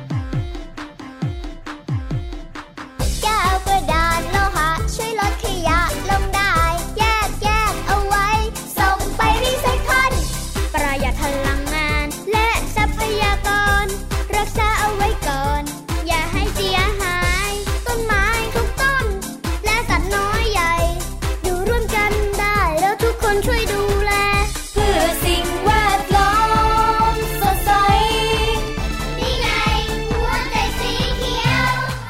แก้วกระดาษโลหะช่วยลดขยะลงได้แยกแยกเอาไว้ส่งไปรีไซเคิลประหยัดพลังงานและทรัพยากรรักษาเอาไว้ก่อนอย่าให้เสียหายต้นไม้ทุกต้นและสัตว์น้อยใหญ่อยู่ร่วมกันได้แล้วทุกคนช่วยดูแลเพื่อสิ่งแวดล้อมสดใสนี่ไงหัวใจสีเขียว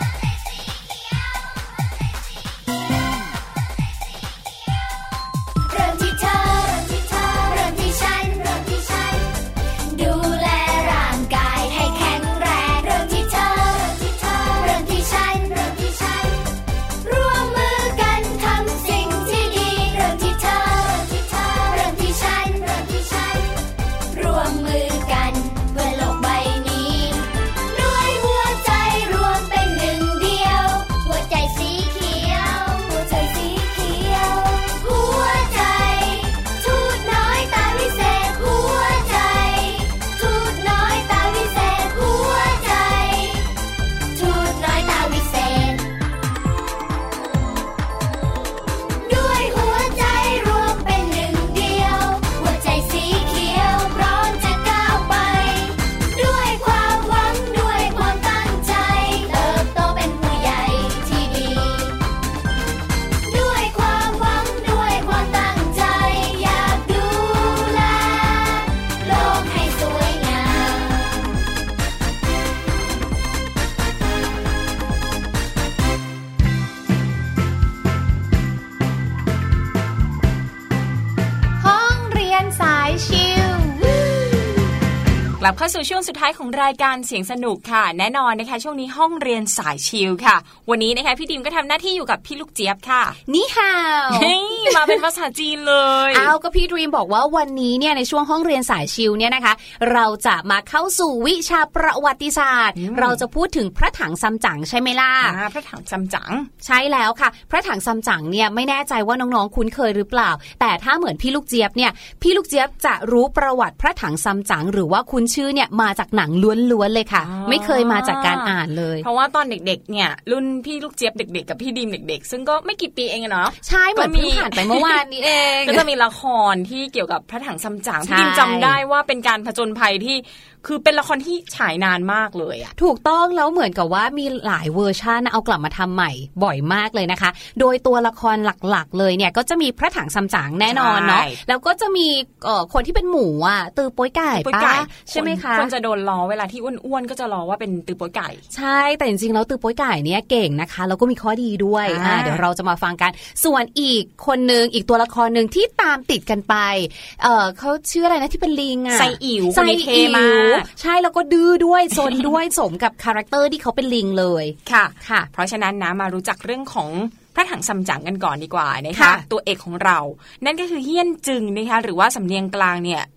เริ่มที่เธอเริ่มที่เธอเริ่มที่ฉันเริ่มที่ฉันดูแลร่างกายให้แข็งแรงเริ่มที่เธอเริ่มที่ฉันเริ่มที่ฉันร่วมมือกันทำสิ่งที่ดีเริ่มที่เธอเริ่มที่ฉันเริ่มที่ฉันร่วมมือกันเพื่อโลกใบนี้ด้วยหัวใจรวมเป็นหนึ่งเดียวหัวใจสีเขียวหัวใจสีเขียวหัวใจทูตน้อยตาวิเศษหัวใจทูตน้อยตาวิเศษหัวใจทูตน้อยตาวิเศษด้วยหัวใจรวมเป็นหนึ่งเดียวหัวใจสีเขียวพร้อมจะก้าวไปด้วยความหวังด้วยความตั้งใจเติบโตเป็นผู้ใหญ่ที่ดีด้วยความหวังด้วยความตั้งใจอยากดูแลโลกให้สวยงามห้องเรียนสายชิลกลับเข้าสู่ช่วงสุดท้ายของรายการเสียงสนุกค่ะแน่นอนนะคะช่วงนี้ห้องเรียนสายชิลค่ะวันนี้นะคะพี่ดิมก็ทำหน้าที่อยู่กับพี่ลูกเจี๊ยบค่ะนี่ฮาวเฮ้ยมาเป็นภาษาจีนเลยอ้าวก็พี่ดรีมบอกว่าวันนี้เนี่ยในช่วงห้องเรียนสายชิลเนี่ยนะคะเราจะมาเข้าสู่วิชาประวัติศาสตร์เราจะพูดถึงพระถังซัมจั๋งใช่ไหมล่ะพระถังซัมจั๋งใช่แล้วค่ะพระถังซัมจั๋งเนี่ยไม่แน่ใจว่าน้องๆคุ้นเคยหรือเปล่าแต่ถ้าเหมือนพี่ลูกเจี๊ยบเนี่ยพี่ลูกเจี๊ยบจะรู้ประวัติพระถังซัมจั๋งหรือว่าคุ้นชื่อเนี่ยมาจากหนังล้วนๆเลยค่ะไม่เคยมาจากการอ่านเลยเพราะว่าตอนเด็กๆเนี่ยรุ่นพี่ลูกเจี๊ยบเด็กๆกับพี่ดิมเด็กๆซึ่งก็ไม่กี่ปีเองเนาะใช่เหมือนเพิ่งผ่านไปเมื่อวานนี้เองก็จะมีละครที่เกี่ยวกับพระถังซัมจั๋งพี่ดิมจำได้ว่าเป็นการผจญภัยที่คือเป็นละครที่ฉายนานมากเลยอ่ะถูกต้องแล้วเหมือนกับว่ามีหลายเวอร์ชันเอากลับมาทำใหม่บ่อยมากเลยนะคะโดยตัวละครหลักๆเลยเนี่ยก็จะมีพระถังซัมจั๋งแน่นอนเนาะแล้วก็จะมีเอ่อคนที่เป็นหมูอ่ะตือโป๊ยไก่ป้าใช่ไหมคะคนจะโดนล้อเวลาที่อ้วนๆก็จะล้อว่าเป็นตือโป๊ยไก่ใช่แต่จริงๆแล้วตือโป๊ยไก่เนี่ยเก่งนะคะแล้วก็มีข้อดีด้วยอ่าเดี๋ยวเราจะมาฟังกันส่วนอีกคนนึงอีกตัวละครนึงที่ตามติดกันไปเอ่อเขาชื่ออะไรนะที่เป็นลิงอ่ะไซอิ๋วไซอิ๋วใช่แล้วก็ดื้อด้วยซนด้วยสมกับคาแรคเตอร์ที่เขาเป็นลิงเลยค่ะค่ะเพราะฉะนั้นนะมารู้จักเรื่องของพระถังซัมจั๋งกันก่อนดีกว่านะคะตัวเอกของเรานั่นก็คือเฮี้ยนจึงนะคะหรือว่าสำเนียงกลางเนี่ย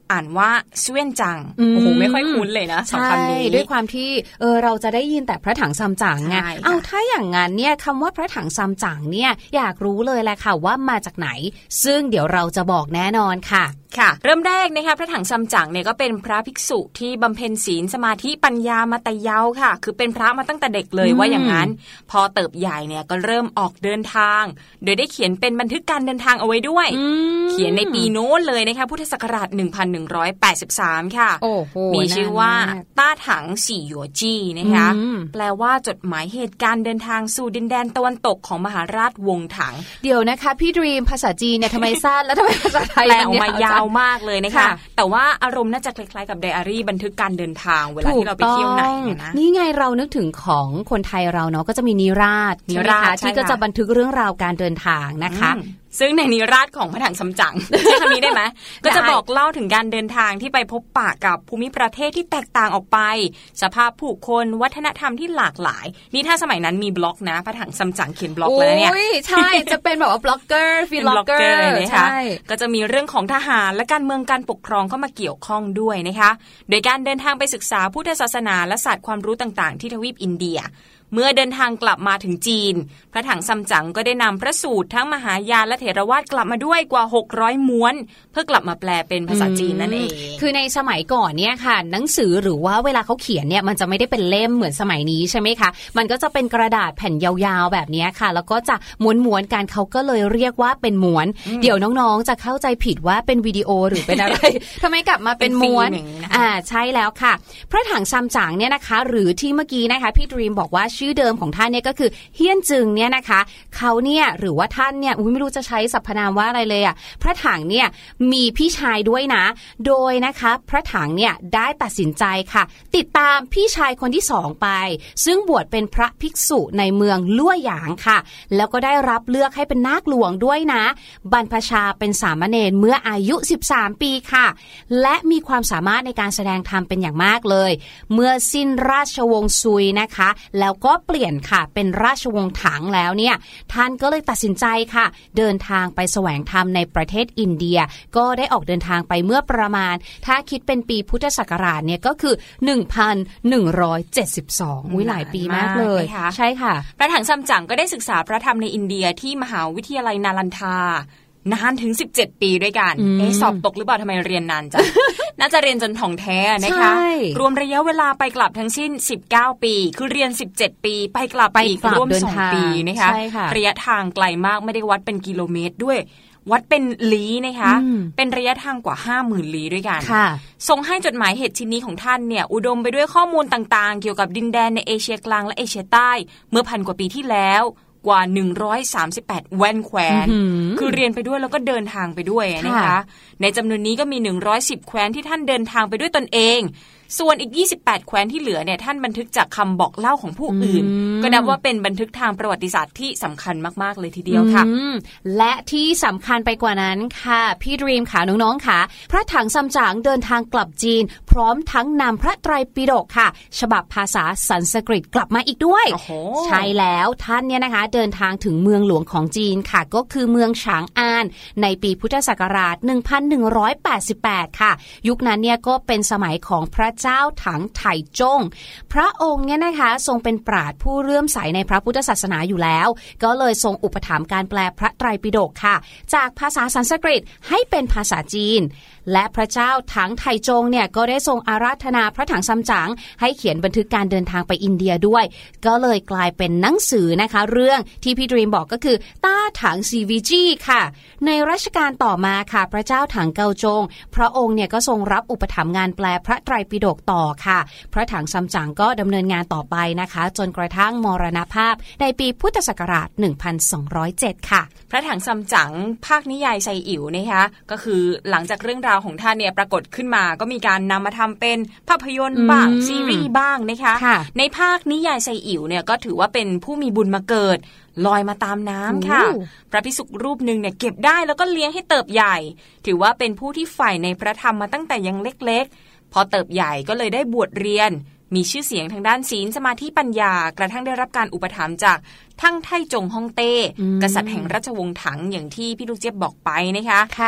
อ่านว่าเสวียนจังโอ้โหไม่ค่อยคุ้นเลยนะสองคำนี้ด้วยความที่เออเราจะได้ยินแต่พระถังซัมจั๋งไงเอาถ้าอย่างงั้นเนี่ยคำว่าพระถังซัมจั๋งเนี่ยอยากรู้เลยแหละค่ะว่ามาจากไหนซึ่งเดี๋ยวเราจะบอกแน่นอนค่ะค่ะเริ่มแรกนะคะพระถังซัมจั๋งเนี่ยก็เป็นพระภิกษุที่บำเพ็ญศีลสมาธิปัญญามาแต่เยาว์ค่ะคือเป็นพระมาตั้งแต่เด็กเลยว่าอย่างนั้นพอเติบใหญ่เนี่ยก็เริ่มออกเดินทางโดยได้เขียนเป็นบันทึกการเดินทางเอาไว้ด้วยเขียนในปีโน้นเลยนะคะพุทธศักราชหนึ่งพันหนึ่งร้อยแปดสิบสามค่ะมีชื่อว่าต้าถังสี่หยัวจี้นะคะแปลว่าจดหมายเหตุการณ์เดินทางสู่ดินแดนตะวันตกของมหาราชวงศ์ถังเดี๋ยวนะคะพี่ดรีมภาษาจีนเนี่ยทำไมสั้นแล้วทำไมภาษาไทยแปลออกมายาวมากเลยนะคะแต่ว่าอารมณ์น่าจะคล้ายๆกับไดอารี่บันทึกการเดินทางเวลาที่เราไปเที่ยวไหนนะนี่ไงเรานึกถึงของคนไทยเราเนาะก็จะมีนิราศนิราศที่ก็จะบันทึกเรื่องราวการเดินทางนะคะซึ่งในนิราศของพระถังซัมจั๋งใช้คำนี้ได้ไหม ก็จะบอกเล่าถึงการเดินทางที่ไปพบปะกับภูมิประเทศที่แตกต่างออกไปสภาพผู้คนวัฒนธรรมที่หลากหลายนี่ถ้าสมัยนั้นมีบล็อกนะพระถังซัมจั๋งเขียนบล็อกแล้วเนี่ยใช่จะเป็นแบบว่าบล็อกเกอร์ฟีล็อกเกอร์ใช่ก็จะมีเรื่องของทหารและการเมืองการปกครองเข้ามาเกี่ยวข้องด้วยนะคะโดยการเดินทางไปศึกษาพุทธศาสนาและศาสตร์ความรู้ต่างๆที่ทวีปอินเดียเมื่อเดินทางกลับมาถึงจีนพระถังซัมจั๋งก็ได้นำพระสูตรทั้งมหายานและเถรวาทกลับมาด้วยกว่าหกร้อยม้วนเพื่อกลับมาแปลเป็นภาษาจีนนั่นเองคือในสมัยก่อนเนี่ยค่ะหนังสือหรือว่าเวลาเขาเขียนเนี่ยมันจะไม่ได้เป็นเล่มเหมือนสมัยนี้ใช่ไหมคะมันก็จะเป็นกระดาษแผ่นยาวๆแบบนี้ค่ะแล้วก็จะม้วนๆกันเขาก็เลยเรียกว่าเป็นม้วนเดี๋ยวน้องๆจะเข้าใจผิดว่าเป็นวิดีโอหรือเป็นอะไร ทำไมกลับมาเป็นม้วนอ่าใช่แล้วค่ะพระถังซัมจั๋งเนี่ยนะคะหรือที่เมื่อกี้นะคะพี่ดรีมบอกว่าชื่อเดิมของท่านเนี่ยก็คือเฮียนจึงเนี่ยนะคะเขาเนี่ยหรือว่าท่านเนี่ยไม่รู้จะใช้สรรพนามว่าอะไรเลยอ่ะพระถังเนี่ยมีพี่ชายด้วยนะโดยนะคะพระถังเนี่ยได้ตัดสินใจค่ะติดตามพี่ชายคนที่สองไปซึ่งบวชเป็นพระภิกษุในเมืองลั่วหยางค่ะแล้วก็ได้รับเลือกให้เป็นนาคหลวงด้วยนะบรรพชาเป็นสามเณรเมื่ออายุสิบสามปีค่ะและมีความสามารถในการแสดงธรรมเป็นอย่างมากเลยเมื่อสิ้นราชวงศ์ซุยนะคะแล้วก็เปลี่ยนค่ะเป็นราชวงศ์ถังแล้วเนี่ยท่านก็เลยตัดสินใจค่ะเดินทางไปแสวงธรรมในประเทศอินเดียก็ได้ออกเดินทางไปเมื่อประมาณถ้าคิดเป็นปีพุทธศักราชเนี่ยก็คือ หนึ่งพันหนึ่งร้อยเจ็ดสิบสอง อุ้ยหลายปีมากเลยใช่ค่ะพระถังซัมจั๋งก็ได้ศึกษาพระธรรมในอินเดียที่มหาวิทยาลัยนาลันทานานถึงสิบเจ็ดปีด้วยกันเอ๊ะสอบตกหรือเปล่าทำไมเรียนนานจัง น่าจะเรียนจนถ่องแท้นะคะรวมระยะเวลาไปกลับทั้งสิ้นสิบเก้าปีคือเรียนสิบเจ็ดปีไปกลับอีกร่วมสองปีนะคะระยะทางไกลมากไม่ได้วัดเป็นกิโลเมตรด้วยวัดเป็นลี้นะคะเป็นระยะทางกว่า ห้าหมื่น ลี้ด้วยกันทรงให้จดหมายเหตุชิ้นนี้ของท่านเนี่ยอุดมไปด้วยข้อมูลต่างๆเกี่ยวกับดินแดนในเอเชียกลางและเอเชียใต้เมื่อพันกว่าปีที่แล้วกว่าหนึ่งร้อยสามสิบแปดแว่นแคว้นคือเรียนไปด้วยแล้วก็เดินทางไปด้วยนะคะในจำนวนนี้ก็มีหนึ่งร้อยสิบแคว้นที่ท่านเดินทางไปด้วยตนเองส่วนอีกยี่สิบแปดแคว้นที่เหลือเนี่ยท่านบันทึกจากคำบอกเล่าของผู้อื่นก็นับว่าเป็นบันทึกทางประวัติศาสตร์ที่สำคัญมากๆเลยทีเดียวค่ะและที่สำคัญไปกว่านั้นค่ะพี่ดรีมค่ะน้องๆค่ะพระถังซัมจั๋งเดินทางกลับจีนพร้อมทั้งนำพระไตรปิฎกค่ะฉบับภาษาสันสกฤตกลับมาอีกด้วยใช่แล้วท่านเนี่ยนะคะเดินทางถึงเมืองหลวงของจีนค่ะก็คือเมืองฉางอานในปีพุทธศักราชหนึ่งพันหนึ่งร้อยแปดสิบแปดค่ะยุคนั้นเนี่ยก็เป็นสมัยของพระเจ้าถังไถจงพระองค์เนี่ยนะคะทรงเป็นปราชญ์ผู้เลื่อมใสในพระพุทธศาสนาอยู่แล้วก็เลยทรงอุปถัมภ์การแปลพระไตรปิฎกค่ะจากภาษาสันสกฤตให้เป็นภาษาจีนและพระเจ้าถังไถจงเนี่ยก็ได้ทรงอาราธนาพระถังซัมจั๋งให้เขียนบันทึกการเดินทางไปอินเดียด้วยก็เลยกลายเป็นหนังสือนะคะเรื่องที่พี่ดรีมบอกก็คือต้าถังซีวีจีค่ะในรัชกาลต่อมาค่ะพระเจ้าถังเกาจงพระองค์เนี่ยก็ทรงรับอุปถัมภ์งานแปลพระไตรปิฎกต่อค่ะพระถังซัมจั๋งก็ดำเนินงานต่อไปนะคะจนกระทั่งมรณภาพในปีพุทธศักราชหนึ่งพันสองร้อยเจ็ดค่ะพระถังซัมจั๋งภาคนิยายไซอิ๋วนะคะก็คือหลังจากเรื่องราวของท่านเนี่ยปรากฏขึ้นมาก็มีการนำมาทำเป็นภาพยนตร์บ้างซีรีส์บ้างนะคะในภาคนิยายไซอิ๋วเนี่ยก็ถือว่าเป็นผู้มีบุญมาเกิดลอยมาตามน้ำค่ะพระภิกษุรูปหนึ่งเนี่ยเก็บได้แล้วก็เลี้ยงให้เติบใหญ่ถือว่าเป็นผู้ที่ใฝ่ในพระธรรมมาตั้งแต่ยังเล็กๆพอเติบใหญ่ก็เลยได้บวชเรียนมีชื่อเสียงทางด้านศีลสมาธิปัญญากระทั่งได้รับการอุปถัมภ์จากทั้งไทจงฮ่องเต้กษัตริย์แห่งราชวงศ์ถังอย่างที่พี่ลูกเจี๊ยบบอกไปนะคะค่ะ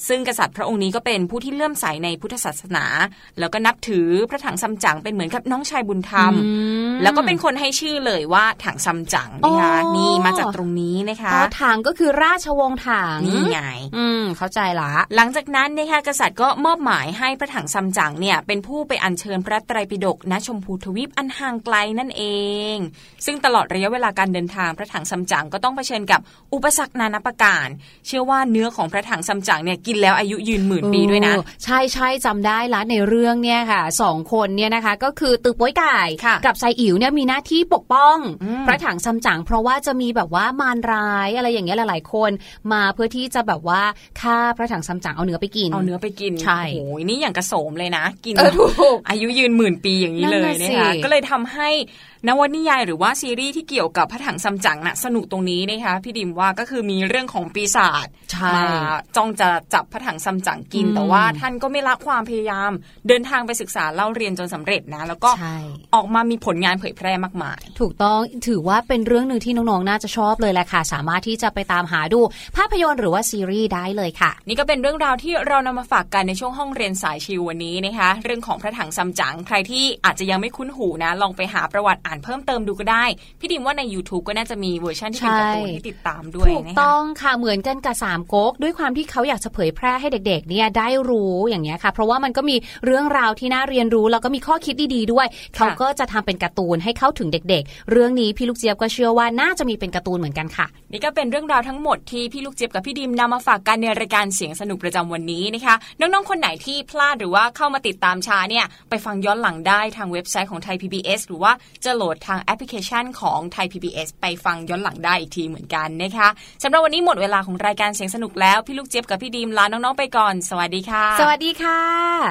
ซึ่งกษัตริย์พระองค์นี้ก็เป็นผู้ที่เลื่อมใสในพุทธศาสนาแล้วก็นับถือพระถังซัมจั๋งเป็นเหมือนกับน้องชายบุญธรรมแล้วก็เป็นคนให้ชื่อเลยว่าถังซัมจั๋งนะคะนี่มาจากตรงนี้นะคะอ๋อถังก็คือราชวงศ์ถังนี่ไงอืมเข้าใจละหลังจากนั้นนะคะกษัตริย์ก็มอบหมายให้พระถังซัมจั๋งเนี่ยเป็นผู้ไปอัญเชิญพระไตรปิฎกณชมพูทวีปอันห่างไกลนั่นเองซึ่งตลอดระยะเวลาการเดินทางพระถังซัมจั๋งก็ต้องเผชิญกับอุปสรรคนานาประการเชื่อว่าเนื้อของพระถังซัมจั๋งเนี่ยกินแล้วอายุยืนหมื่นปีด้วยนะใช่ใช่จำได้ละในเรื่องเนี่ยค่ะสองคนเนี่ยนะคะก็คือตือป้วยไก่กับไซอิ๋วเนี่ยมีหน้าที่ปกป้องพระถังซัมจั๋งเพราะว่าจะมีแบบว่ามารร้ายอะไรอย่างเงี้ยหลายๆคนมาเพื่อที่จะแบบว่าฆ่าพระถังซัมจั๋งเอาเนื้อไปกินเอาเนื้อไปกินใช่โอ้ยนี่อย่างกระโสมเลยนะกินอายุยืนหมื่นปีอย่างนี้เลยนะคะก็เลยทำให้นวนิยายหรือว่าซีรีส์ที่เกี่ยวกับพระถังซัมจั๋งน่ะสนุกตรงนี้นะคะพี่ดิมว่าก็คือมีเรื่องของปีศาจมาจ้องจะจับพระถังซัมจั๋งกินแต่ว่าท่านก็ไม่ละความพยายามเดินทางไปศึกษาเล่าเรียนจนสำเร็จนะแล้วก็ออกมามีผลงานเผยแพร่มากมายถูกต้องถือว่าเป็นเรื่องนึงที่น้องๆน่าจะชอบเลยแหละค่ะสามารถที่จะไปตามหาดูภาพยนตร์หรือว่าซีรีส์ได้เลยค่ะนี่ก็เป็นเรื่องราวที่เรานำมาฝากกันในช่วงห้องเรียนสายชิววันนี้นะคะเรื่องของพระถังซัมจั๋งใครที่อาจจะยังไม่คุ้นหูนะลองไปหาประวัติอ่านเพิ่มเติมดูก็ได้พี่ดิมว่าใน YouTube ก็น่าจะมีเวอร์ชันที่เป็นการ์ตูนให้ติดตามด้วยถูกต้องค่ะเหมือนกันกับสามก๊กด้วยความที่เขาอยากจะเผยแพร่ให้เด็กๆเนี่ยได้รู้อย่างเงี้ยค่ะเพราะว่ามันก็มีเรื่องราวที่น่าเรียนรู้แล้วก็มีข้อคิดดีๆด้วยเขาก็จะทำเป็นการ์ตูนให้เข้าถึงเด็กๆเรื่องนี้พี่ลูกเจี๊ยบก็เชื่อว่าน่าจะมีเป็นการ์ตูนเหมือนกันค่ะนี่ก็เป็นเรื่องราวทั้งหมดที่พี่ลูกเจี๊ยบกับพี่ดิมนำมาฝากกันในรายการเสียงสนุกประจำวันนี้นะคะน้องๆคนไหนที่พลาดหรือว่าเข้ามาติดตามช้าเนี่ยไปฟังย้อนหลังได้ทางเว็บไซต์ของไทย พี บี เอส หรือว่าจะโหลดทางแอปพลิเคชันของไทย พี บี เอส ไปฟังย้อนหลังได้อีกทีเหมือนกันนะคะสำหรับวันนี้หมดเวลาของรายการเสียงสนุกแล้วพี่ลูกเจี๊ยบกับพี่ดิมลาน้องๆไปก่อนสวัสดีค่ะสวัสดีค่ะ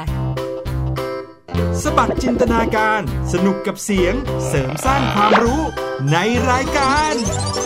สบัดจินตนาการสนุกกับเสียงเสริมสร้างความรู้ในรายการ